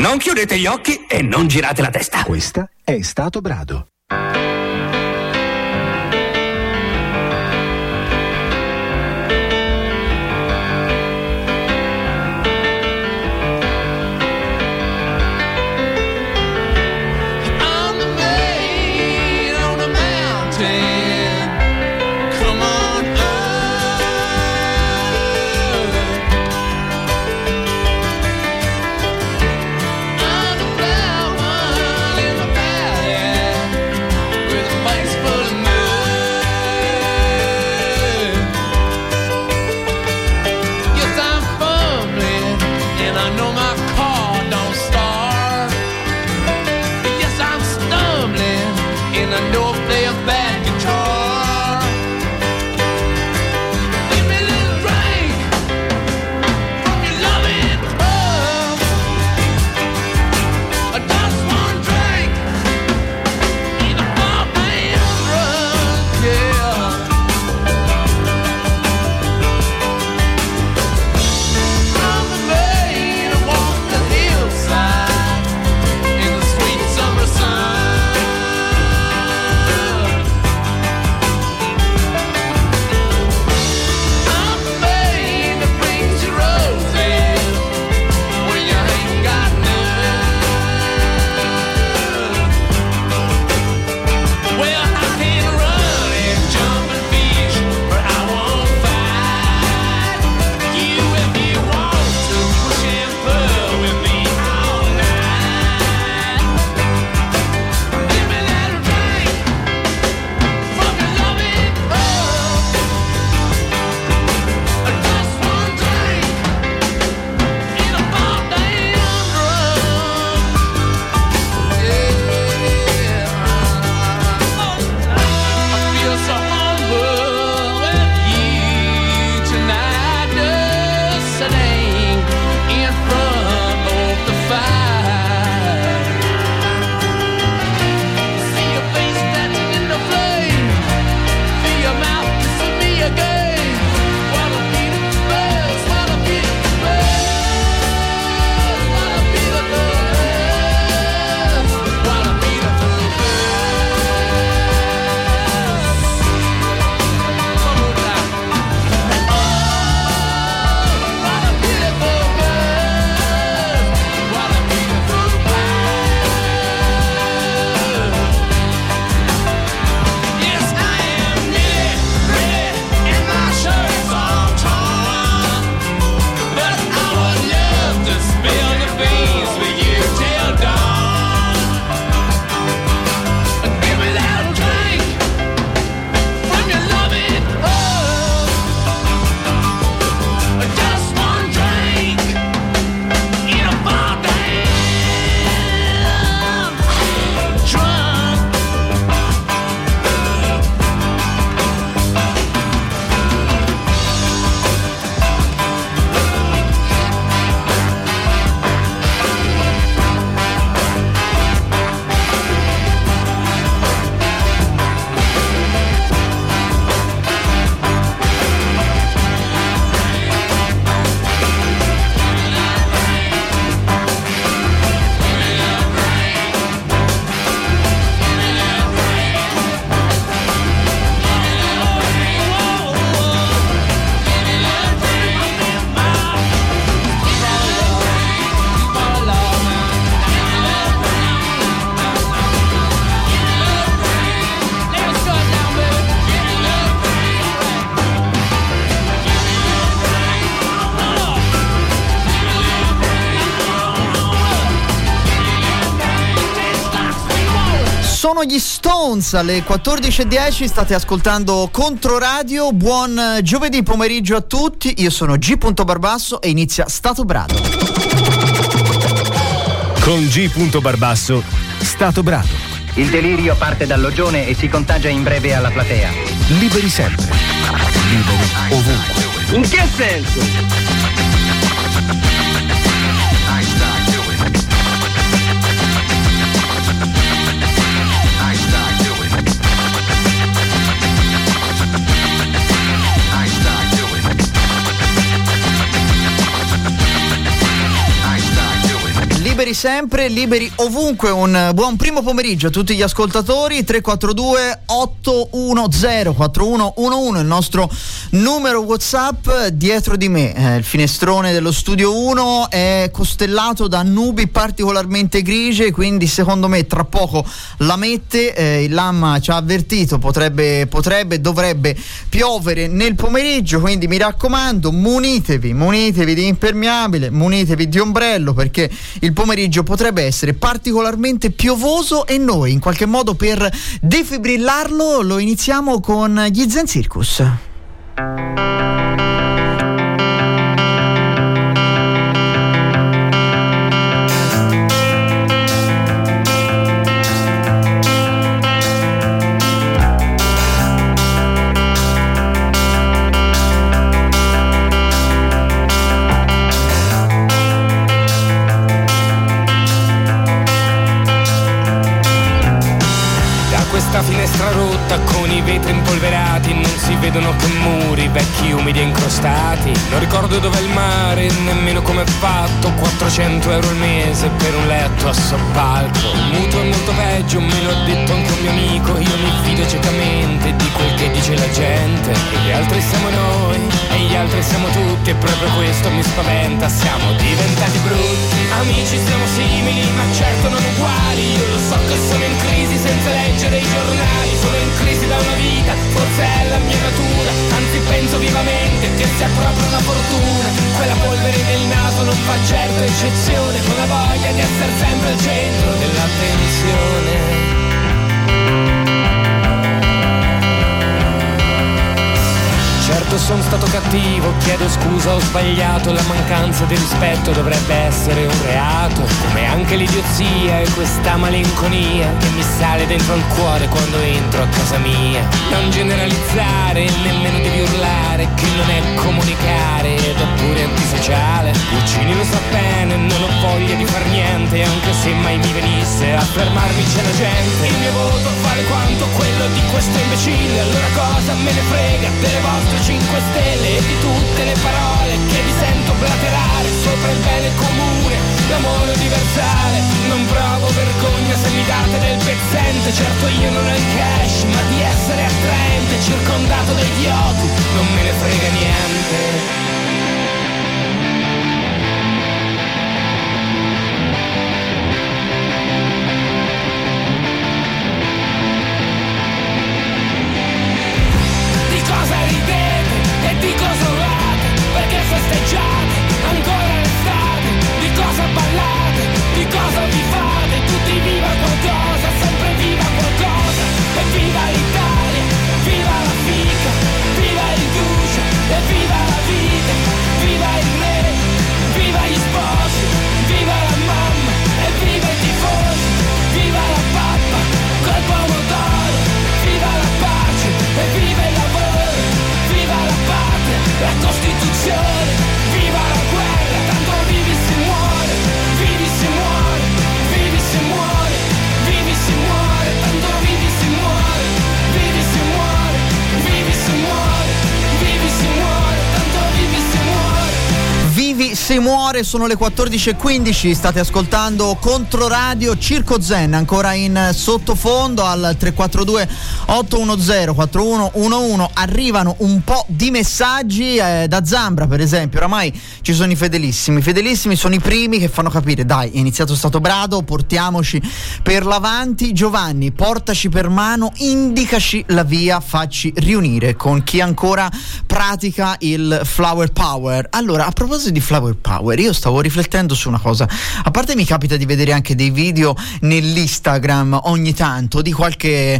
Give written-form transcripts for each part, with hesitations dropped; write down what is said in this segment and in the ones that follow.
Non chiudete gli occhi e non girate la testa. Questa è Stato Brado. Sono gli Stones alle 14:10, state ascoltando Controradio. Buon giovedì pomeriggio a tutti, io sono G. Barbasso e inizia Stato Brado. Con G. Barbasso, Stato Brado. Il delirio parte dall'Ogione e si contagia in breve alla platea. Liberi sempre, liberi ovunque. In che senso? liberi sempre, liberi ovunque. Un buon primo pomeriggio a tutti gli ascoltatori. 342 810 4111 il nostro numero WhatsApp. Dietro di me il finestrone dello studio 1 è costellato da nubi particolarmente grigie, quindi secondo me tra poco la mette. Il Lamma ci ha avvertito, dovrebbe piovere nel pomeriggio, quindi mi raccomando, munitevi di impermeabile, munitevi di ombrello, perché il pomeriggio potrebbe essere particolarmente piovoso e noi in qualche modo per defibrillarlo lo iniziamo con gli Zen Circus. Finestra rotta con i vetri impolverati, non si vedono che muri vecchi, umidi e incrostati. Non ricordo dov'è il mare, nemmeno come è fatto. 400 euro al mese per un letto a soppalco. Il mutuo è molto peggio, me lo ha detto anche un mio amico. Io mi fido ciecamente di quel che dice la gente. E gli altri siamo noi, e gli altri siamo tutti, e proprio questo mi spaventa. Siamo diventati brutti. Amici siamo simili, ma certo non uguali. Io lo so che sono in crisi senza leggere i giornali. Sono in crisi da una vita, forse è la mia natura. Anzi penso vivamente che sia proprio una fortuna. Quella polvere nel naso non fa certo eccezione, con la voglia di essere sempre al centro dell'attenzione. Certo sono stato cattivo, chiedo scusa, ho sbagliato. La mancanza di rispetto dovrebbe essere un reato, come anche l'idiozia e questa malinconia che mi sale dentro al cuore quando entro a casa mia. Non generalizzare, nemmeno devi urlare, che non è comunicare ed è pure antisociale. Guccini lo sa bene, non ho voglia di far niente, anche se mai mi venisse a fermarmi c'è la gente. Il mio voto vale quanto quello di questo imbecille, allora cosa me ne frega delle vostre 5 stelle e di tutte le parole che vi sento blaterare sopra il bene comune, l'amore universale. Non provo vergogna se mi date del pezzente, certo io non ho il cash, ma di essere attraente, circondato da idioti, non me ne frega niente. Di cosa urlate, perché festeggiate ancora l'estate, di cosa ballate, di cosa vi fate, tutti viva qualcosa, sempre viva qualcosa, e viva l'Italia, viva la fica, viva il duce, e viva la vita, viva il re, viva gli sposi, viva la mamma, e viva i tifosi, viva la pappa, col pomodoro, viva la pace, e viva il lavoro, viva la patria, la Costituzione, viva la guerra, tanto vivi si muore, vivi si muore, vivi si muore, vivi si muore, tanto vivi si muore, vivi si muore, vivi si muore, vivi si muore, tanto vivi si muore. Vivi si muore, sono le 14:15, state ascoltando Controradio. Circo Zen ancora in sottofondo al 342 810 4111. Arrivano un po' di messaggi da Zambra, per esempio. Oramai ci sono i fedelissimi sono i primi che fanno capire: dai, è iniziato Statobrado, portiamoci per l'avanti. Giovanni, portaci per mano, indicaci la via, facci riunire con chi ancora pratica il flower power. Allora, a proposito di flower power, io stavo riflettendo su una cosa. A parte mi capita di vedere anche dei video nell'Instagram ogni tanto di qualche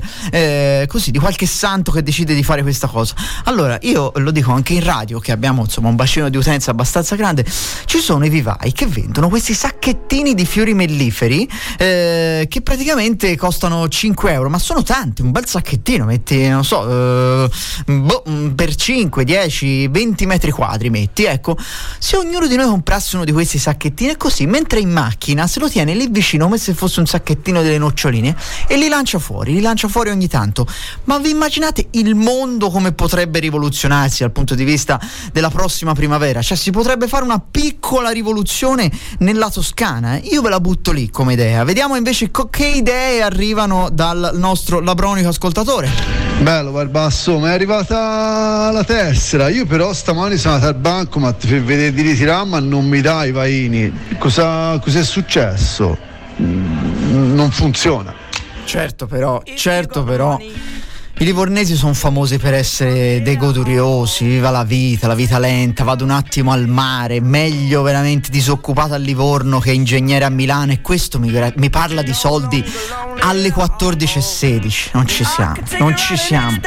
di qualche santo che decide di fare questa cosa. Allora, io lo dico anche in radio, che abbiamo insomma un bacino di utenza abbastanza grande. Ci sono i vivai che vendono questi sacchettini di fiori melliferi che praticamente costano 5 euro, ma sono tanti, un bel sacchettino, metti, non so, per 5, 10, 20 metri quadri metti, ecco. Se ognuno di noi comprasse uno di questi sacchettini e così, mentre in macchina se lo tiene lì vicino come se fosse un sacchettino delle noccioline e li lancia fuori ogni tanto. Ma vi immaginate il mondo come potrebbe rivoluzionarsi dal punto di vista della prossima primavera? Cioè si potrebbe fare una piccola rivoluzione nella Toscana, Io ve la butto lì come idea. Vediamo invece che idee arrivano dal nostro labronico ascoltatore. Bello Barbasso, mi è arrivata la tessera. Io però stamani sono andato al bancomat per vedere di ritirare, ma non mi dai i vaini. Cos'è successo? Non funziona. Certo però i livornesi sono famosi per essere dei goduriosi, viva la vita lenta, vado un attimo al mare, meglio veramente disoccupato a Livorno che ingegnere a Milano, e questo mi parla di soldi alle 14:16. Non ci siamo.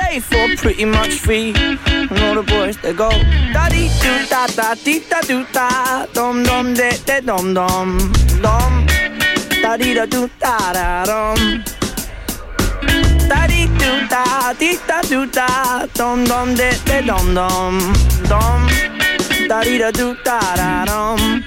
Da di do da di da do da dom dom de dom dom dom da di da do da dom.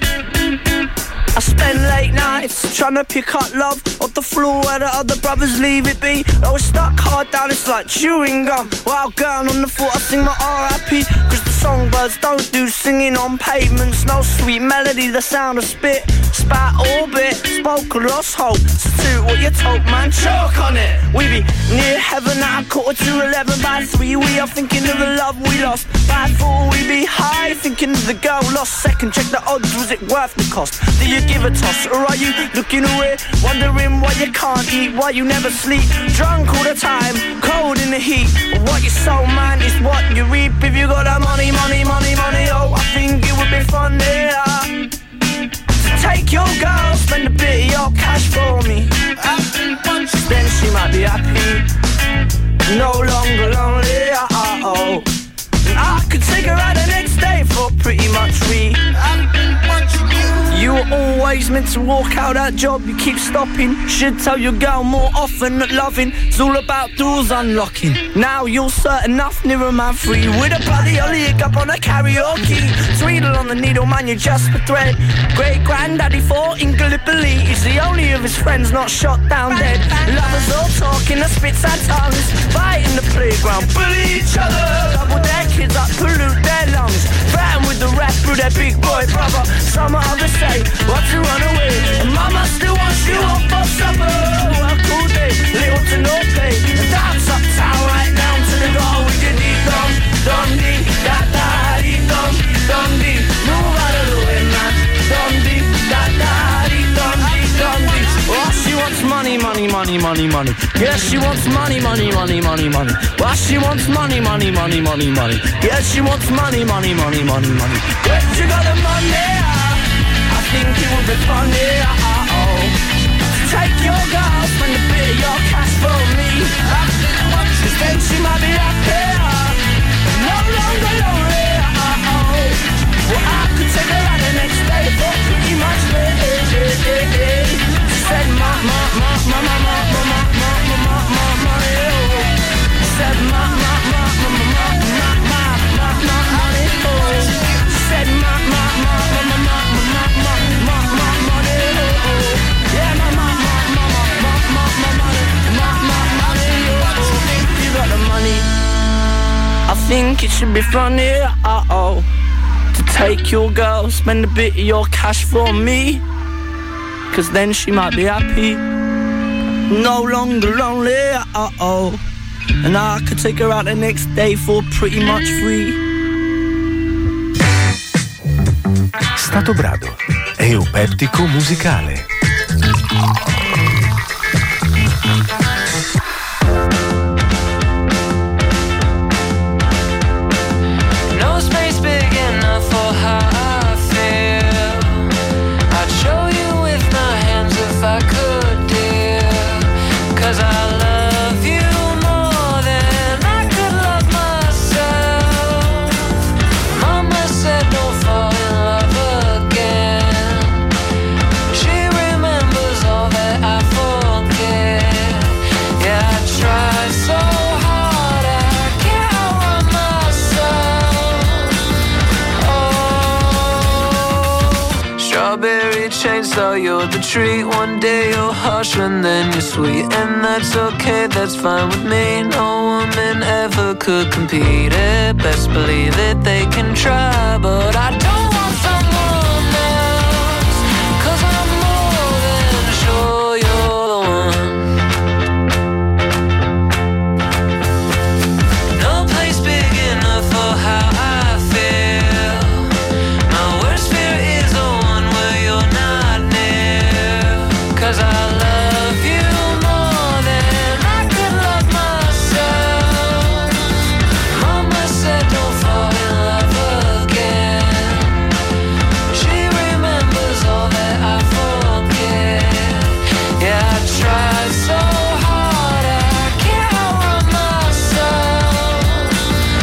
I spend late nights trying to pick up love off the floor where the other brothers leave it be. I was stuck hard down, it's like chewing gum. While going on the floor I sing my R.I.P. Cause the songbirds don't do singing on pavements. No sweet melody, the sound of spit. Spat orbit, spoke lost hope. Substitute what you told, man, choke on it. We be near heaven at 11:15. By 3 we are thinking of the love we lost. By 4 we be high, thinking of the girl lost. Second check the odds, was it worth the cost? Do you give a toss, or are you looking away, wondering why you can't eat, why you never sleep, drunk all the time, cold in the heat? What you sow, man, is what you reap. If you got that money, money, money, money, oh, I think it would be fun, yeah. Take your girl, spend a bit of your cash for me. Then she might be happy, no longer lonely, oh. I could take her out the next day for pretty much free. You were always meant to walk out that job, you keep stopping. Should tell your girl more often that loving is all about doors unlocking. Now you're certain enough, nearer man free. With a bloody league up on a karaoke. Tweedle on the needle, man, you're just a thread. Great granddaddy fought in Gallipoli. He's the only of his friends not shot down dead. Lovers all talking, the spits and tongues. Fight in the playground, bully each other. Double their kids up, pollute their lungs. Threaten with the rap through their big boy brother. Some others say, what to run away? And mama still wants you off for supper. Work all day, little to no pay. And dance uptown right down to the door. We can eat dum, dum dee, da da dee dum, dum dee. Move out of the way, man. Dum dee, da da dee dum dee, dum dee. Oh, she wants money, money, money, money, money. Yeah, she wants money, money, money, money, money. Well, she wants money, money, money, money, money. Yeah, she wants money, money, money, money, money. Where you got the money? I think it would be funny, oh. Take your girl, spend a bit of your cash for me. Cause then she might be happy, no longer lonely, oh. Well, I could take her out the next day for pretty much me. She said, money, She said, money, She said, I think it should be funny, oh, to take your girl, spend a bit of your cash for me. Cause then she might be happy, no longer lonely, oh. And I could take her out the next day for pretty much free. Stato Brado, eupeptico musicale. No space big enough for how I feel. I'd show you with my hands if I could, dear. 'Cause I love you more than I could love myself. Mama said don't fall in love again. She though you're the treat. One day you're harsh and then you're sweet, and that's okay, that's fine with me. No woman ever could compete it. Best believe it, they can try, but I don't want someone else, 'cause I'm more than sure you're the one. No place big enough for how I feel. My worst fear is the one where you're not near, 'cause I love you more than I could love myself. Mama said don't fall in love again. She remembers all that I forget. Yeah, I tried so hard, I can't outrun myself.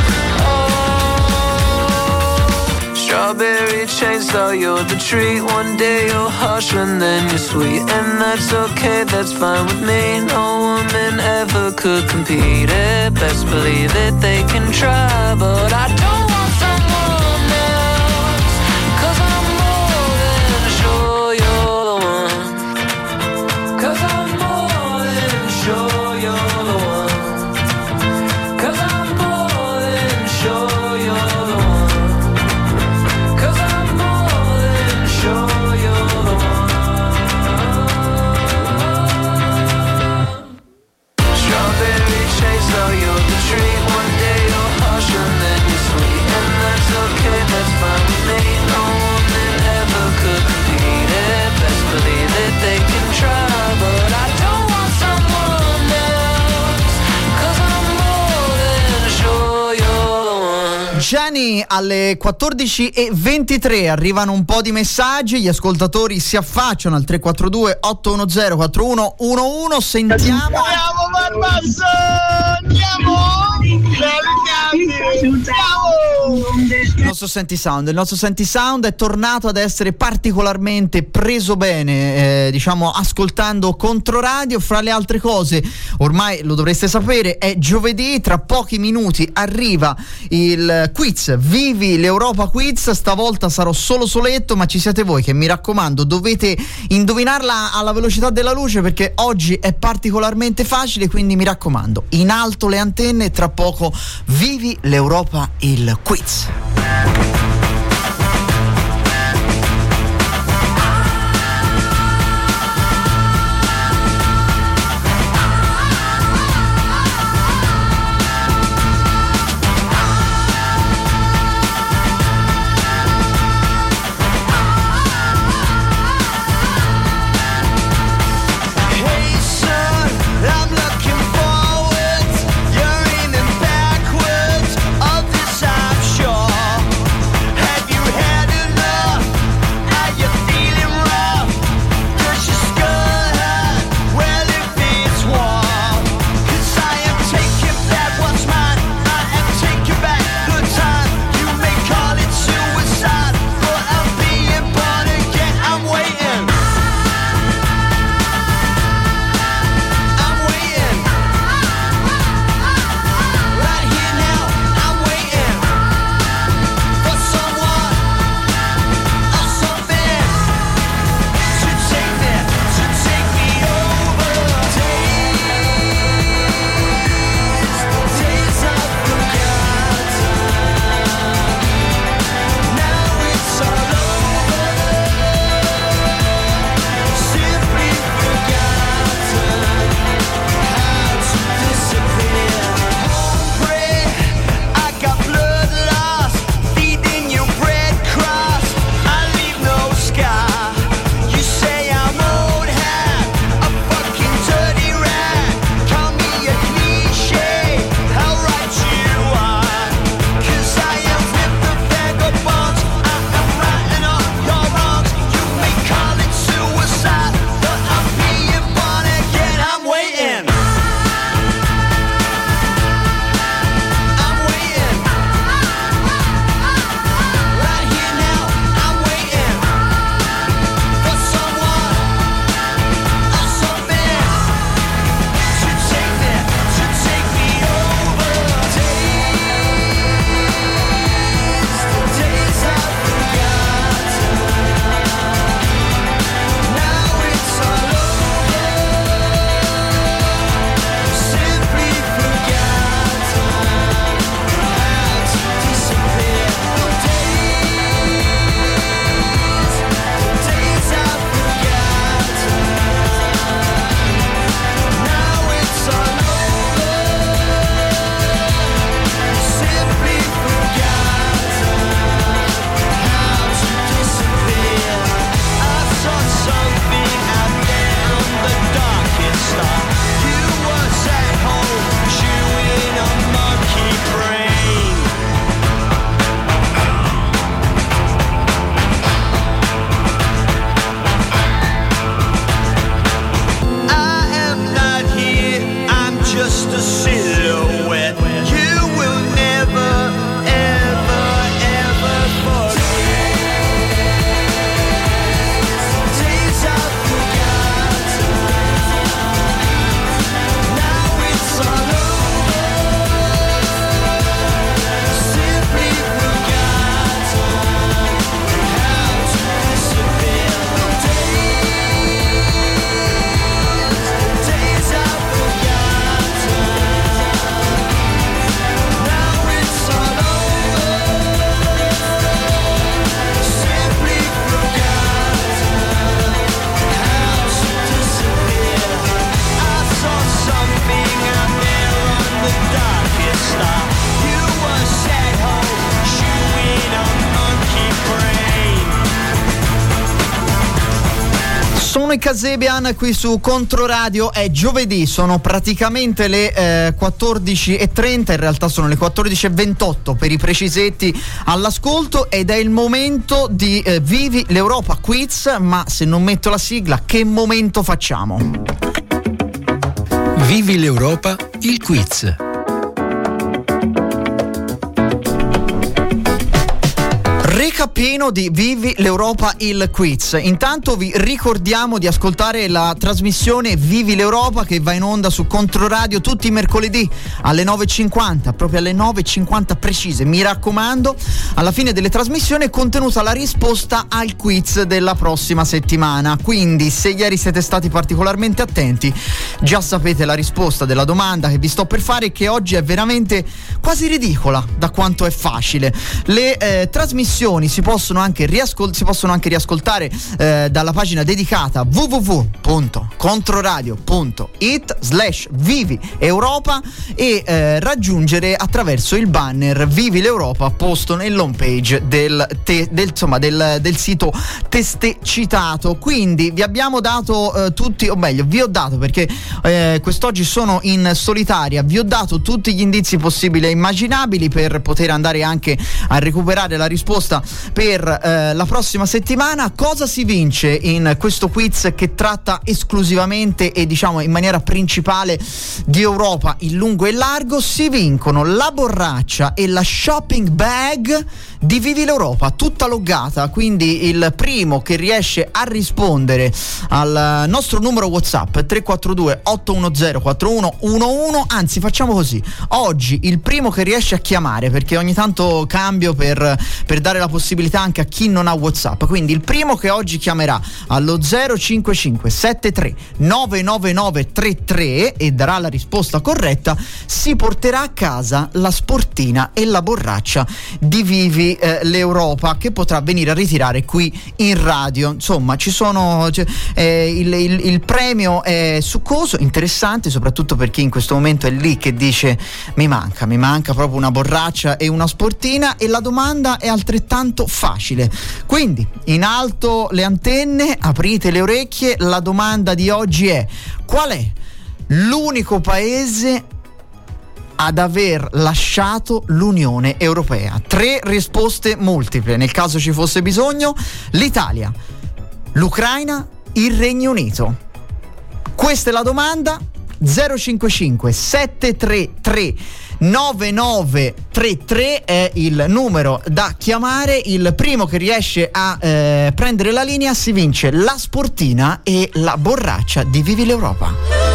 Oh, strawberry chains, though you're the treat. One day you're harsh and then you're sweet, and that's okay, that's fine with me. No woman ever could compete it. Best believe it, they can try, but I don't want someone else, 'cause I'm more than sure you're the one. 'Cause I'm more than sure you're the one. 'Cause I'm more than sure you're the one. 'Cause I'm more than sure you're the one. Strawberry chase, though you're the treat. One day you're harsh and then you're sweet, and that's okay, that's fine with me. No woman ever could compete it. Best believe it, they can try, but I don't want someone else, 'cause I'm more than sure you're the one. Jenny, alle 14:23 arrivano un po' di messaggi, gli ascoltatori si affacciano al 342 810 4111. Sentiamo. Andiamo Barbasso! Andiamo! Il nostro Senti Sound è tornato ad essere particolarmente preso bene, diciamo ascoltando Controradio. Fra le altre cose, ormai lo dovreste sapere, è giovedì, tra pochi minuti arriva il quiz Vivi l'Europa Quiz. Stavolta sarò solo soletto, ma ci siete voi che, mi raccomando, dovete indovinarla alla velocità della luce, perché oggi è particolarmente facile, quindi mi raccomando, in alto le antenne, tra poco Vivi l'Europa, il quiz. You're aiming backwards, of this I'm sure. Sono i Kasabian qui su Controradio, è giovedì, sono praticamente le 14:30, in realtà sono le 14:28 per i precisetti all'ascolto, ed è il momento di Vivi l'Europa Quiz. Ma se non metto la sigla, che momento facciamo? Vivi l'Europa, il quiz. Recapino di Vivi l'Europa, il quiz. Intanto vi ricordiamo di ascoltare la trasmissione Vivi l'Europa, che va in onda su Controradio tutti i mercoledì alle 9:50, proprio alle 9:50 precise. Mi raccomando, alla fine delle trasmissioni è contenuta la risposta al quiz della prossima settimana. Quindi, se ieri siete stati particolarmente attenti, già sapete la risposta della domanda che vi sto per fare, che oggi è veramente quasi ridicola da quanto è facile. Le trasmissioni si possono anche riascoltare dalla pagina dedicata www.controradio.it/Vivi Europa e raggiungere attraverso il banner Vivi l'Europa posto nell'home page del sito testé citato. Quindi vi abbiamo dato tutti, o meglio vi ho dato, perché quest'oggi sono in solitaria, vi ho dato tutti gli indizi possibili e immaginabili per poter andare anche a recuperare la risposta per la prossima settimana. Cosa si vince in questo quiz che tratta esclusivamente e diciamo in maniera principale di Europa in lungo e largo? Si vincono la borraccia e la shopping bag di Vivi l'Europa, tutta loggata. Quindi il primo che riesce a rispondere al nostro numero WhatsApp 342 810 4111, anzi facciamo così, oggi il primo che riesce a chiamare, perché ogni tanto cambio per dare la possibilità anche a chi non ha WhatsApp, quindi il primo che oggi chiamerà allo 055 73 99933 e darà la risposta corretta si porterà a casa la sportina e la borraccia di Vivi l'Europa, che potrà venire a ritirare qui in radio. Insomma, ci sono il premio è succoso, interessante, soprattutto per chi in questo momento è lì che dice mi manca proprio una borraccia e una sportina, e la domanda è altrettanto facile. Quindi in alto le antenne, aprite le orecchie, la domanda di oggi è: qual è l'unico paese ad aver lasciato l'Unione Europea? 3 risposte multiple nel caso ci fosse bisogno: l'Italia, l'Ucraina, il Regno Unito. Questa è la domanda. 055 733 9933 è il numero da chiamare. Il primo che riesce a prendere la linea si vince la sportina e la borraccia di Vivi l'Europa.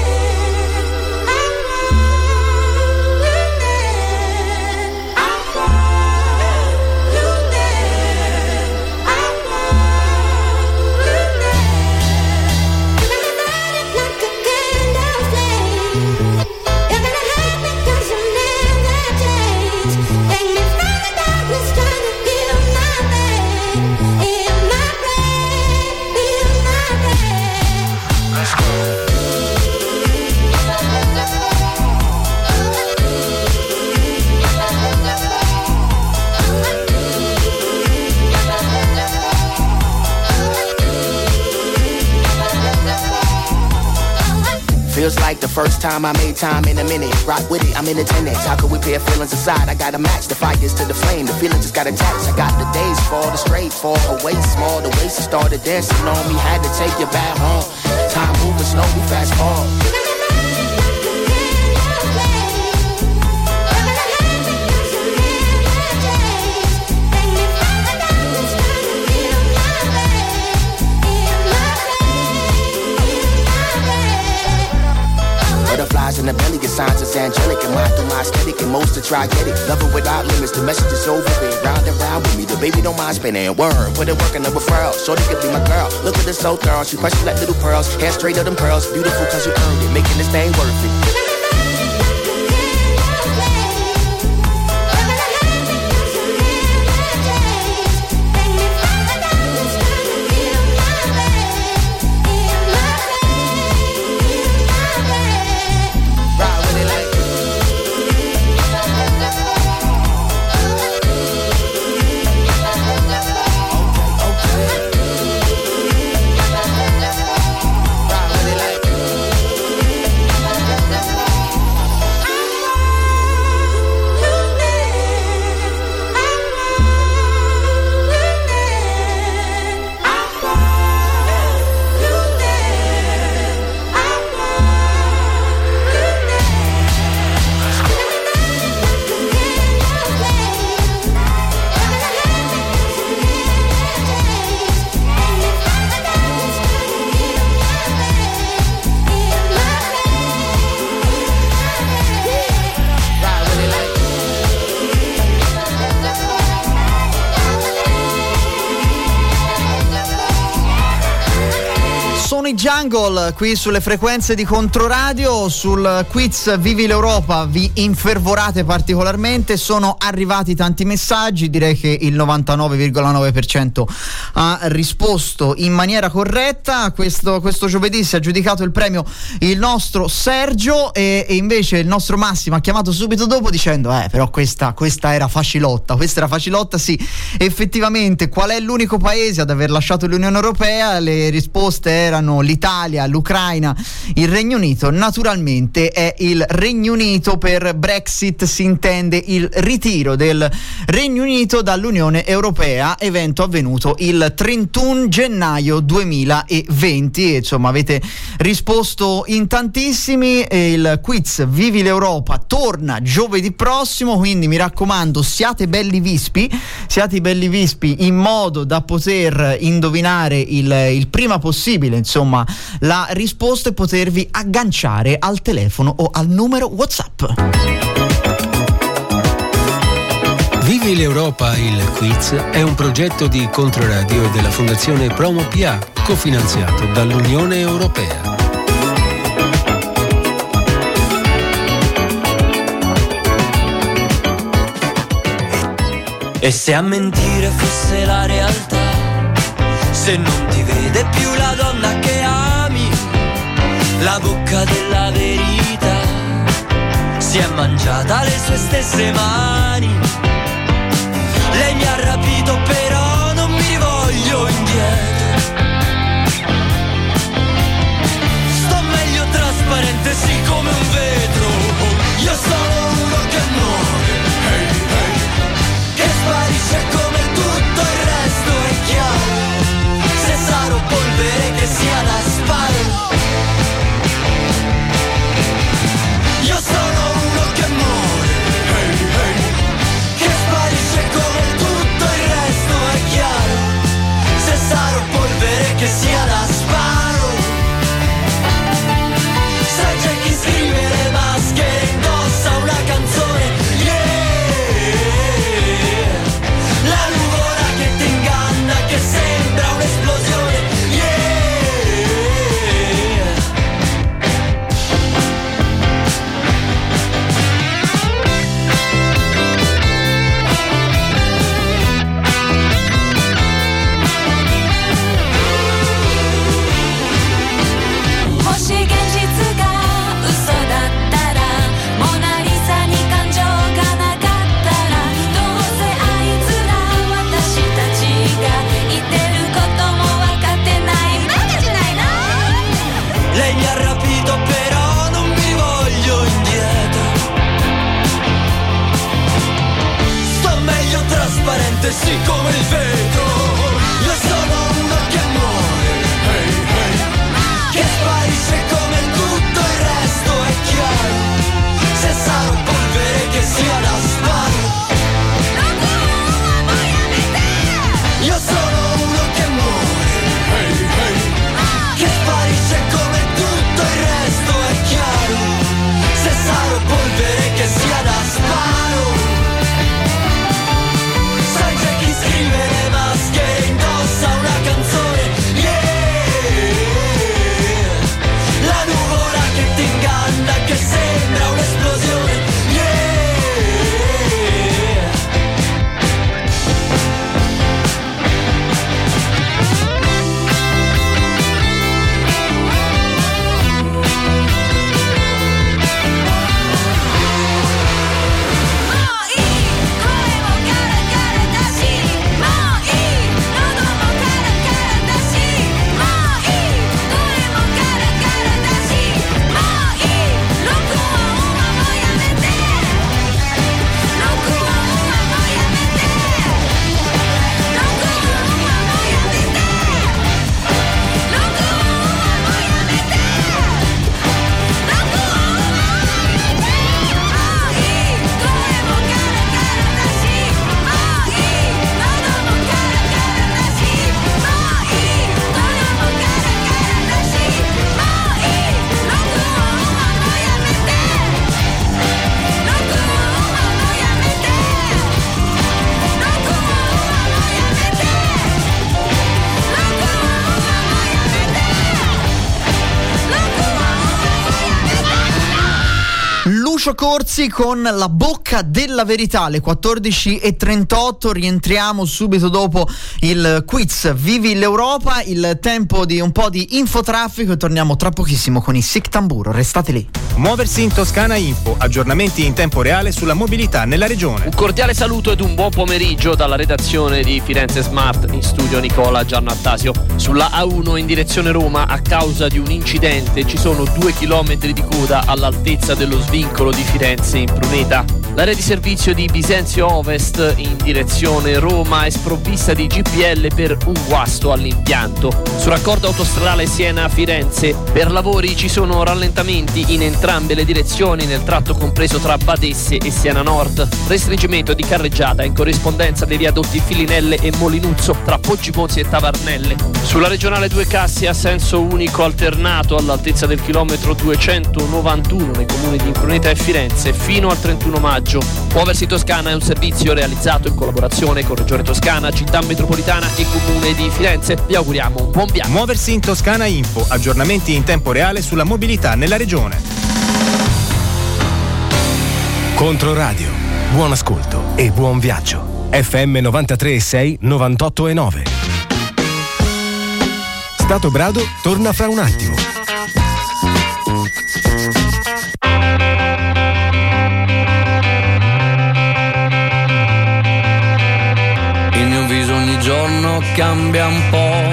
Feels like the first time I made time in a minute. Rock with it, I'm in attendance. How could we pair feelings aside? I gotta match the fires to the flame. The feeling just got attached. I got the days fall, the straight fall, her waist small. The waist started dancing on me. Had to take you back home. Time moving slow, we fast forward. Butterflies in the belly, your signs is angelic. And mine through my aesthetic, and most to try get it. Love it without limits, the message is over it. Round and round with me, the baby don't mind spinning. Word, put it work in the referral. Shorty could be my girl, look at this so thorough. She precious like little pearls, hair straight of them pearls. Beautiful cause you earned it, making this thing worth it. Johnny Jungle qui sulle frequenze di Controradio. Sul quiz Vivi l'Europa vi infervorate particolarmente, sono arrivati tanti messaggi, direi che il 99,9% ha risposto in maniera corretta. Questo giovedì si è aggiudicato il premio il nostro Sergio e invece il nostro Massimo ha chiamato subito dopo dicendo però questa era facilotta, sì, effettivamente. Qual è l'unico paese ad aver lasciato l'Unione Europea? Le risposte erano l'Italia, l'Ucraina, il Regno Unito. Naturalmente è il Regno Unito. Per Brexit si intende il ritiro del Regno Unito dall'Unione Europea, evento avvenuto il 31 gennaio 2020. E, insomma, avete risposto in tantissimi. Il quiz Vivi l'Europa torna giovedì prossimo, quindi mi raccomando, siate belli vispi in modo da poter indovinare il prima possibile, insomma, la risposta e potervi agganciare al telefono o al numero WhatsApp. Vivi l'Europa, il quiz è un progetto di Controradio e della Fondazione Promo PA, cofinanziato dall'Unione Europea. E se a mentire fosse la realtà, se non ti vede più la donna che ami, la bocca della verità si è mangiata le sue stesse mani. Lei mi ha rapito però non mi rivoglio indietro. Sto meglio trasparente sì come un vetro. Io sono uno che muore, hey, hey, che sparisce come tutto il resto è chiaro. Se sarò polvere che sia da sparo. Io sono uno che muore, hey, hey, Lucio Corsi con La bocca della verità, alle 14:38. Rientriamo subito dopo il quiz Vivi l'Europa, il tempo di un po' di infotraffico e torniamo tra pochissimo con i Sic Tamburo. Restate lì. Muoversi in Toscana Info, aggiornamenti in tempo reale sulla mobilità nella regione. Un cordiale saluto ed un buon pomeriggio dalla redazione di Firenze Smart, in studio Nicola Giannattasio. Sulla A1 in direzione Roma, a causa di un incidente, ci sono 2 chilometri di coda all'altezza dello svincolo di Firenze in Pruneta. L'area di servizio di Bisenzio Ovest in direzione Roma è sprovvista di GPL per un guasto all'impianto. Sul raccordo autostradale Siena-Firenze per lavori ci sono rallentamenti in entrambe le direzioni nel tratto compreso tra Badesse e Siena Nord. Restringimento di carreggiata in corrispondenza dei viadotti Filinelle e Molinuzzo tra Poggiponzi e Tavarnelle. Sulla regionale 2 Cassia a senso unico alternato all'altezza del chilometro 291 nei comuni di Impruneta e Firenze fino al 31 maggio. Muoversi Toscana è un servizio realizzato in collaborazione con Regione Toscana, Città Metropolitana e Comune di Firenze. Vi auguriamo un buon viaggio. Muoversi in Toscana Info, aggiornamenti in tempo reale sulla mobilità nella regione. Controradio, buon ascolto e buon viaggio. FM 93.6, 98.9. Stato Brado torna fra un attimo. Il mio viso ogni giorno cambia un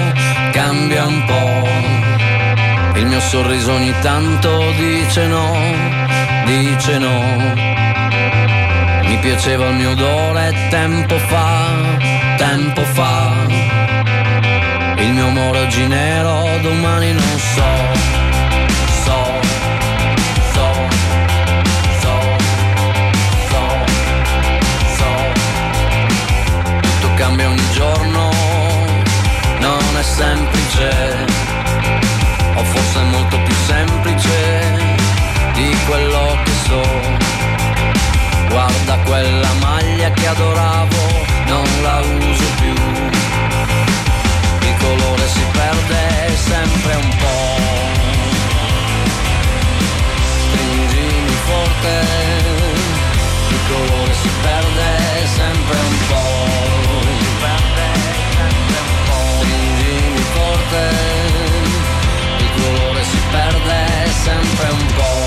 po'. Il mio sorriso ogni tanto dice no. Mi piaceva il mio odore tempo fa. Il mio amore oggi nero, domani non so. Tutto cambia ogni giorno, non è semplice, o forse è molto più semplice di quello che so. Guarda quella maglia che adoravo, non la uso più. Il colore si perde sempre un po'. Stringimi forte, il colore si perde sempre un po'. Stringimi forte, il colore si perde sempre un po'.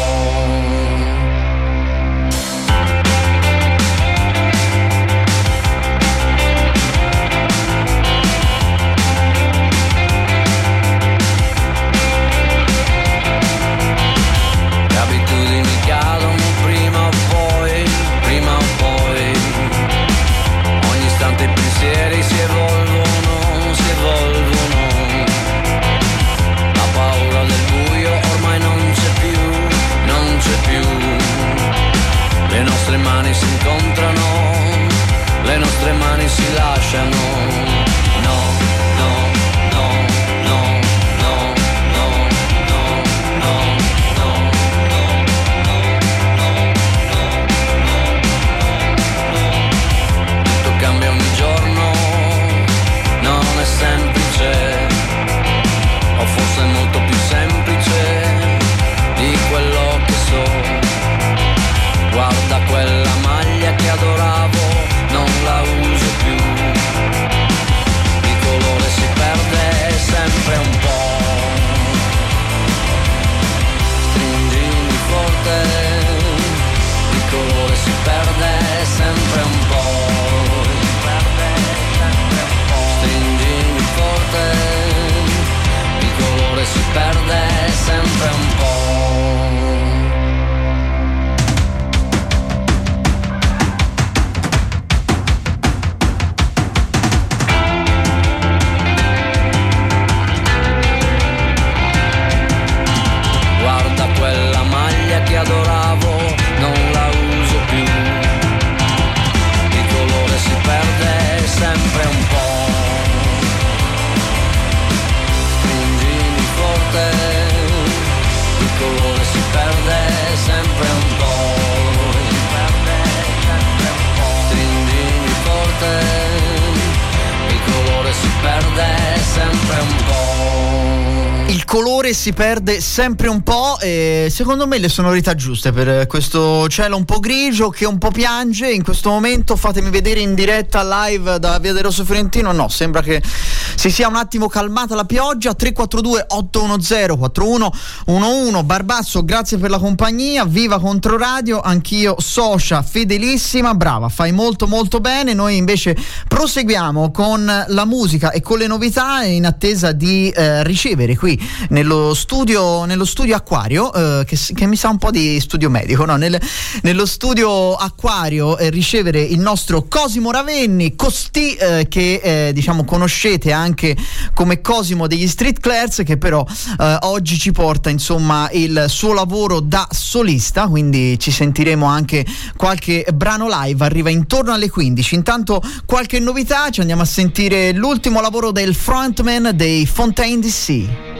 il colore si perde sempre un po' e secondo me le sonorità giuste per questo cielo un po' grigio che un po' piange in questo momento. Fatemi vedere in diretta live da Via del Rosso Fiorentino. No, sembra che si sia un attimo calmata la pioggia. 342 810 4111. Barbasso, grazie per la compagnia. Viva Controradio, anch'io socia fedelissima. Brava, fai molto molto bene. Noi invece proseguiamo con la musica e con le novità in attesa di ricevere qui nello studio Acquario, che mi sa un po' di studio medico, no? Nello studio Acquario ricevere il nostro Cosimo Ravenni, Costì, che diciamo conoscete anche come Cosimo degli Street Clears, che però oggi ci porta insomma il suo lavoro da solista, quindi ci sentiremo anche qualche brano live, arriva intorno alle 15. Intanto qualche novità, ci andiamo a sentire l'ultimo lavoro del frontman dei Fontaine DC.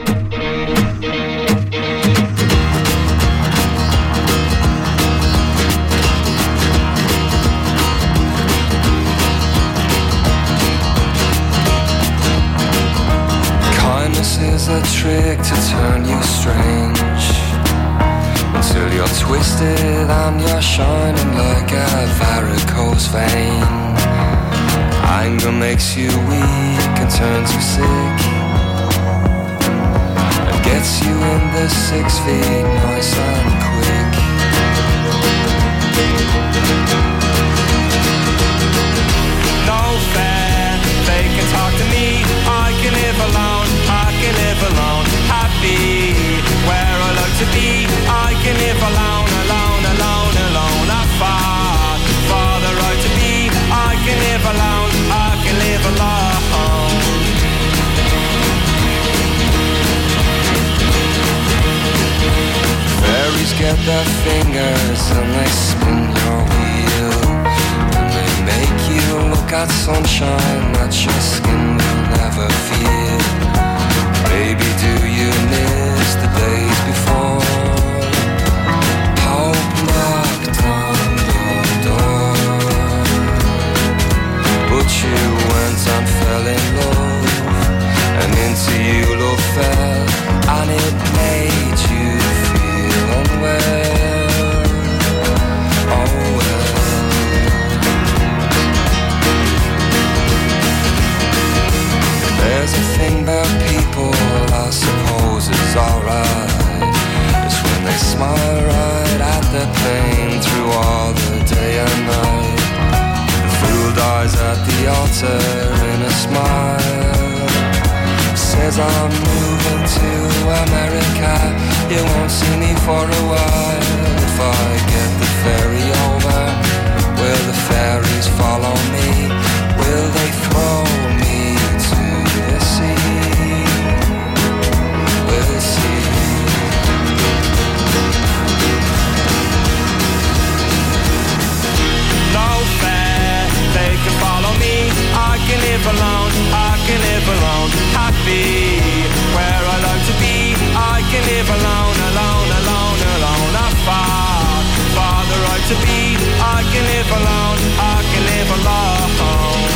Kindness is a trick to turn you strange, until you're twisted and you're shining like a varicose vein. Anger makes you weak and turns you sick, and gets you in the 6 feet nice and quick. No fair, they can talk to me. I can live alone, I can live alone, happy where I like to be. I can live alone, alone, alone, alone. I fought for the right to be. I can live alone, I can live alone. Fairies get their fingers and they spin your wheel, and they make you look at sunshine that your skin will never feel. Baby, do you miss the days before? Hope knocked on your door, but you went and fell in love, and into you love fell, and it made you feel unwell. Oh well. There's a thing about people I suppose is alright. It's when they smile right at their pain through all the day and night. The fool dies at the altar in a smile, says I'm moving to America, you won't see me for a while. If I get the ferry over, will the fairies follow me? Will they throw me to the sea? We'll see. No fair, they can follow me. I can live alone, I can live alone, happy where I like to be. I can live alone, alone, alone, alone. I fought for the right to be. I can live alone, I can live alone.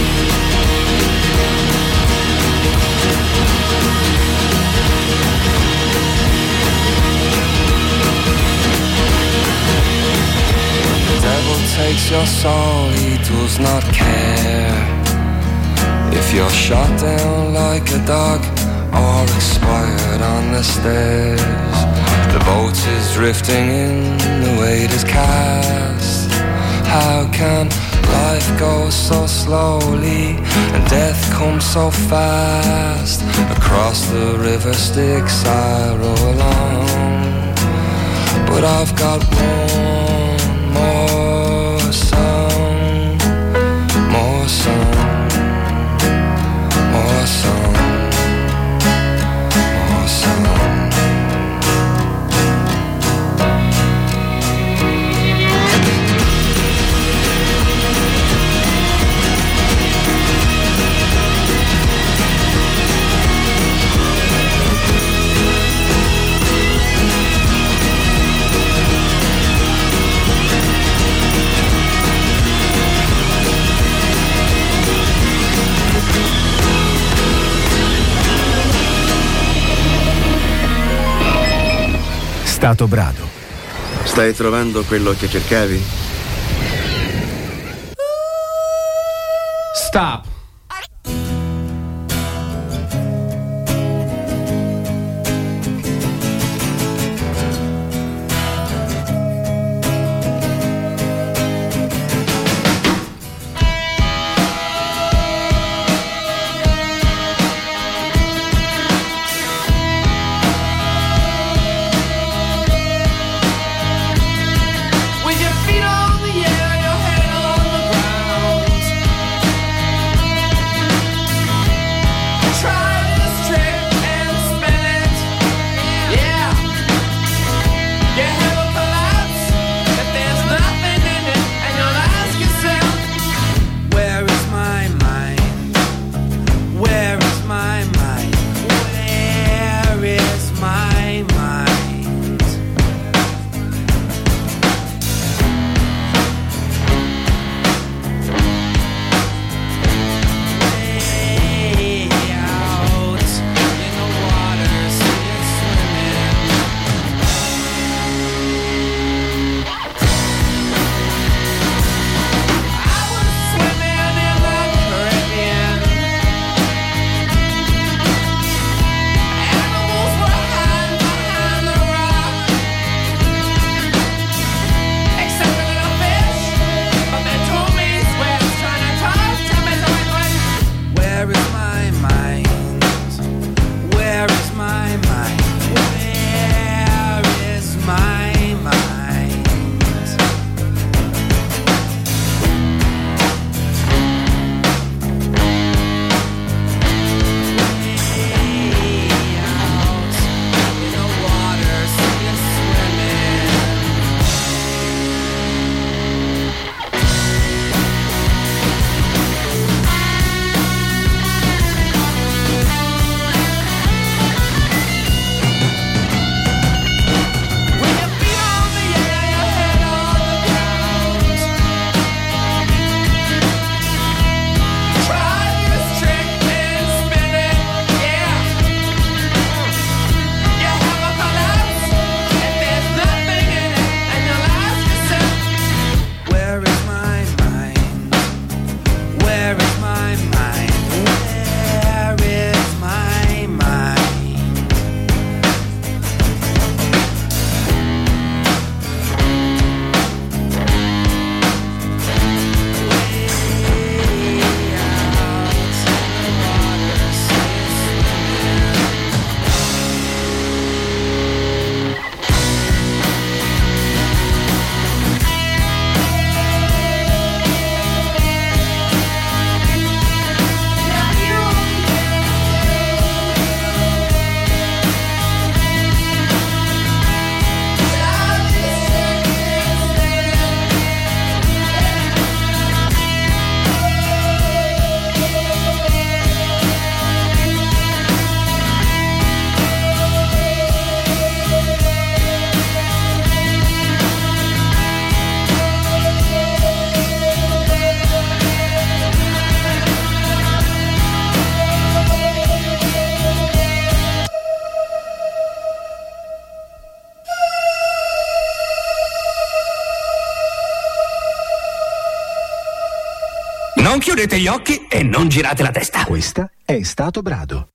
The devil takes your soul, he does not care if you're shot down like a dog or expired on the stairs. The boat is drifting in, the weight is cast. How can life go so slowly and death come so fast? Across the river Styx I row along, but I've got one more song, more song, more song, more song. stato Brado. Stai trovando quello che cercavi? Stop. Non chiudete gli occhi e non girate la testa. Questa è Stato Brado.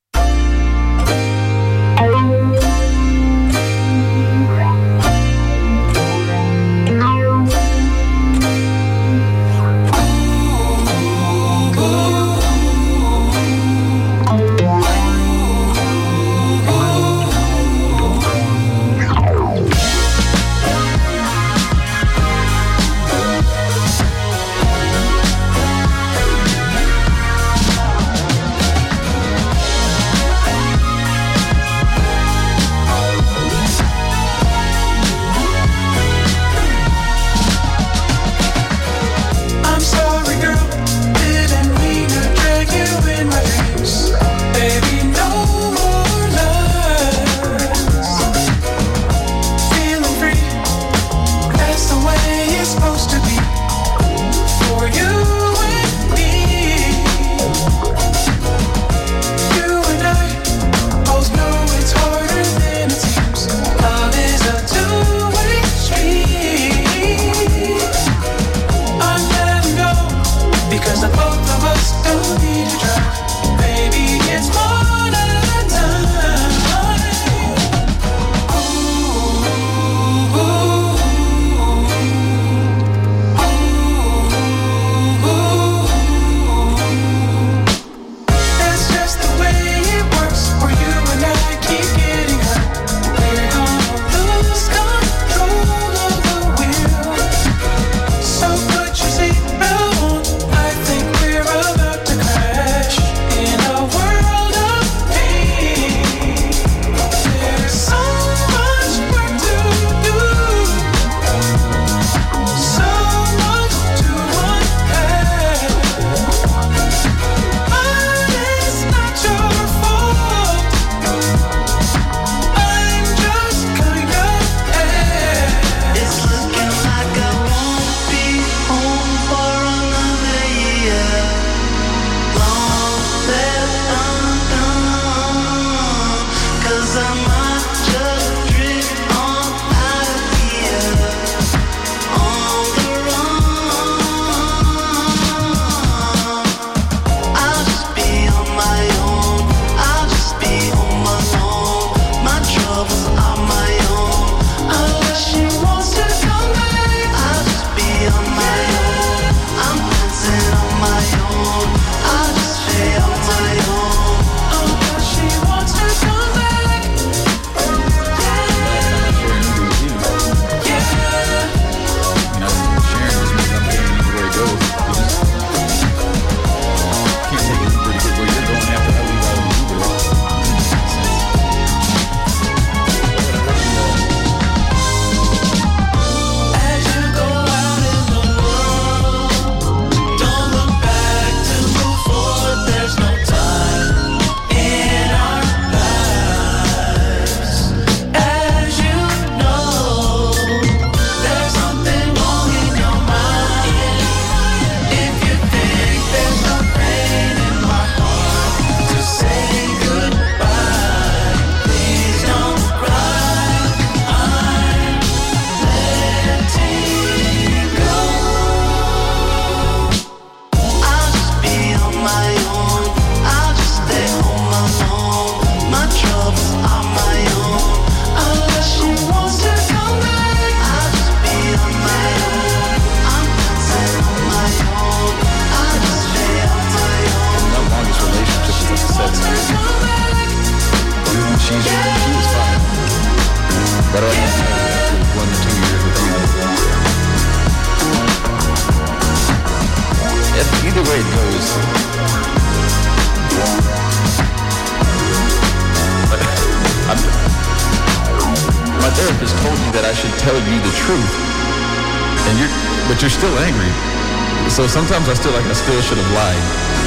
therapist told you that I should tell you the truth, but you're still angry. So sometimes I still should have lied.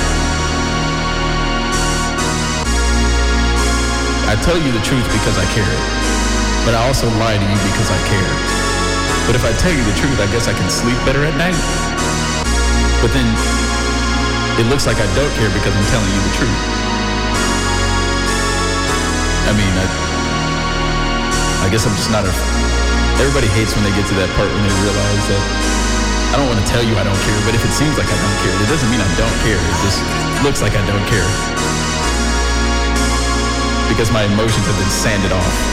I tell you the truth because I care, but I also lie to you because I care. But if I tell you the truth, I guess I can sleep better at night. But then it looks like I don't care because I'm telling you the truth. I mean, I guess I'm just not everybody hates when they get to that part when they realize that I don't want to tell you I don't care, but if it seems like I don't care, it doesn't mean I don't care. It just looks like I don't care. Because my emotions have been sanded off.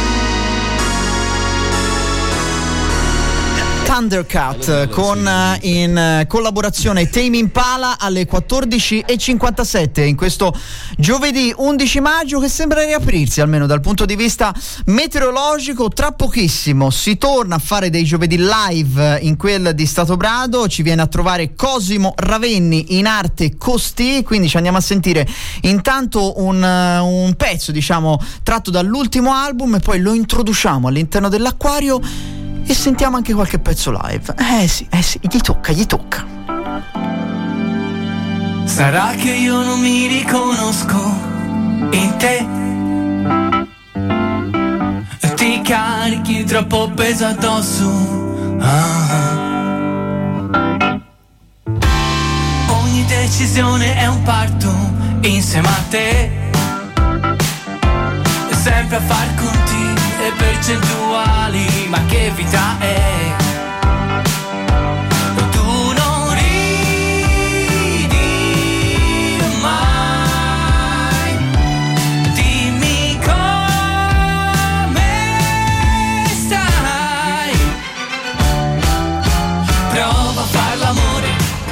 Thundercat con in collaborazione Tame Impala alle 14:57 in questo giovedì 11 maggio che sembra riaprirsi, almeno dal punto di vista meteorologico. Tra pochissimo si torna a fare dei giovedì live in quel di Statobrado, ci viene a trovare Cosimo Ravenni in arte Costi, quindi ci andiamo a sentire intanto un pezzo, diciamo, tratto dall'ultimo album e poi lo introduciamo all'interno dell'Acquario e sentiamo anche qualche pezzo live. Sì, gli tocca. Sarà che io non mi riconosco in te, ti carichi troppo peso addosso. Ogni decisione è un parto insieme a te, sempre a far conti e percentuali, ma che vita è? Tu non ridi mai, dimmi come stai, prova a far l'amore,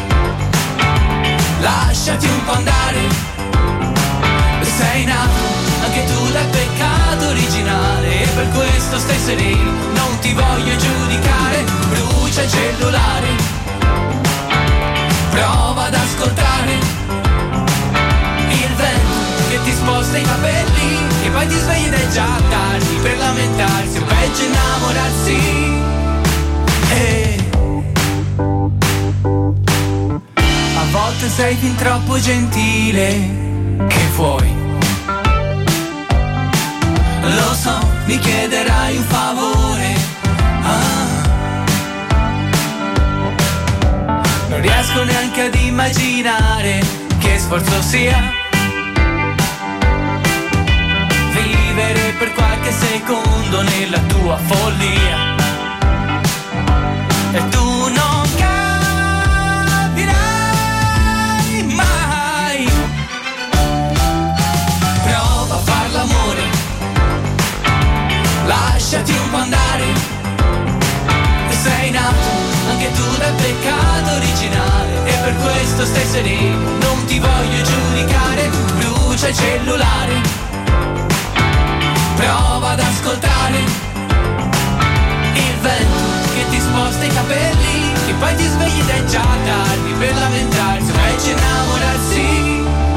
lasciati un po' andare, sei nato anche tu dal peccato originale e per questo stai sereno, non ti voglio giudicare, brucia il cellulare, prova ad ascoltare il vento che ti sposta i capelli e poi ti svegli ed è già tardi per lamentarsi o peggio innamorarsi. A volte sei fin troppo gentile, che vuoi? Lo so, mi chiederai un favore. Non riesco neanche ad immaginare che sforzo sia vivere per qualche secondo nella tua follia. E tu non capirai mai. Prova a far l'amore, lasciati un po' andare, sei nato anche tu dal peccato originale e per questo stai sereno, non ti voglio giudicare, brucia il cellulare, prova ad ascoltare il vento che ti sposta i capelli e poi ti svegli ed è già tardi per lamentarsi o peggio innamorarsi.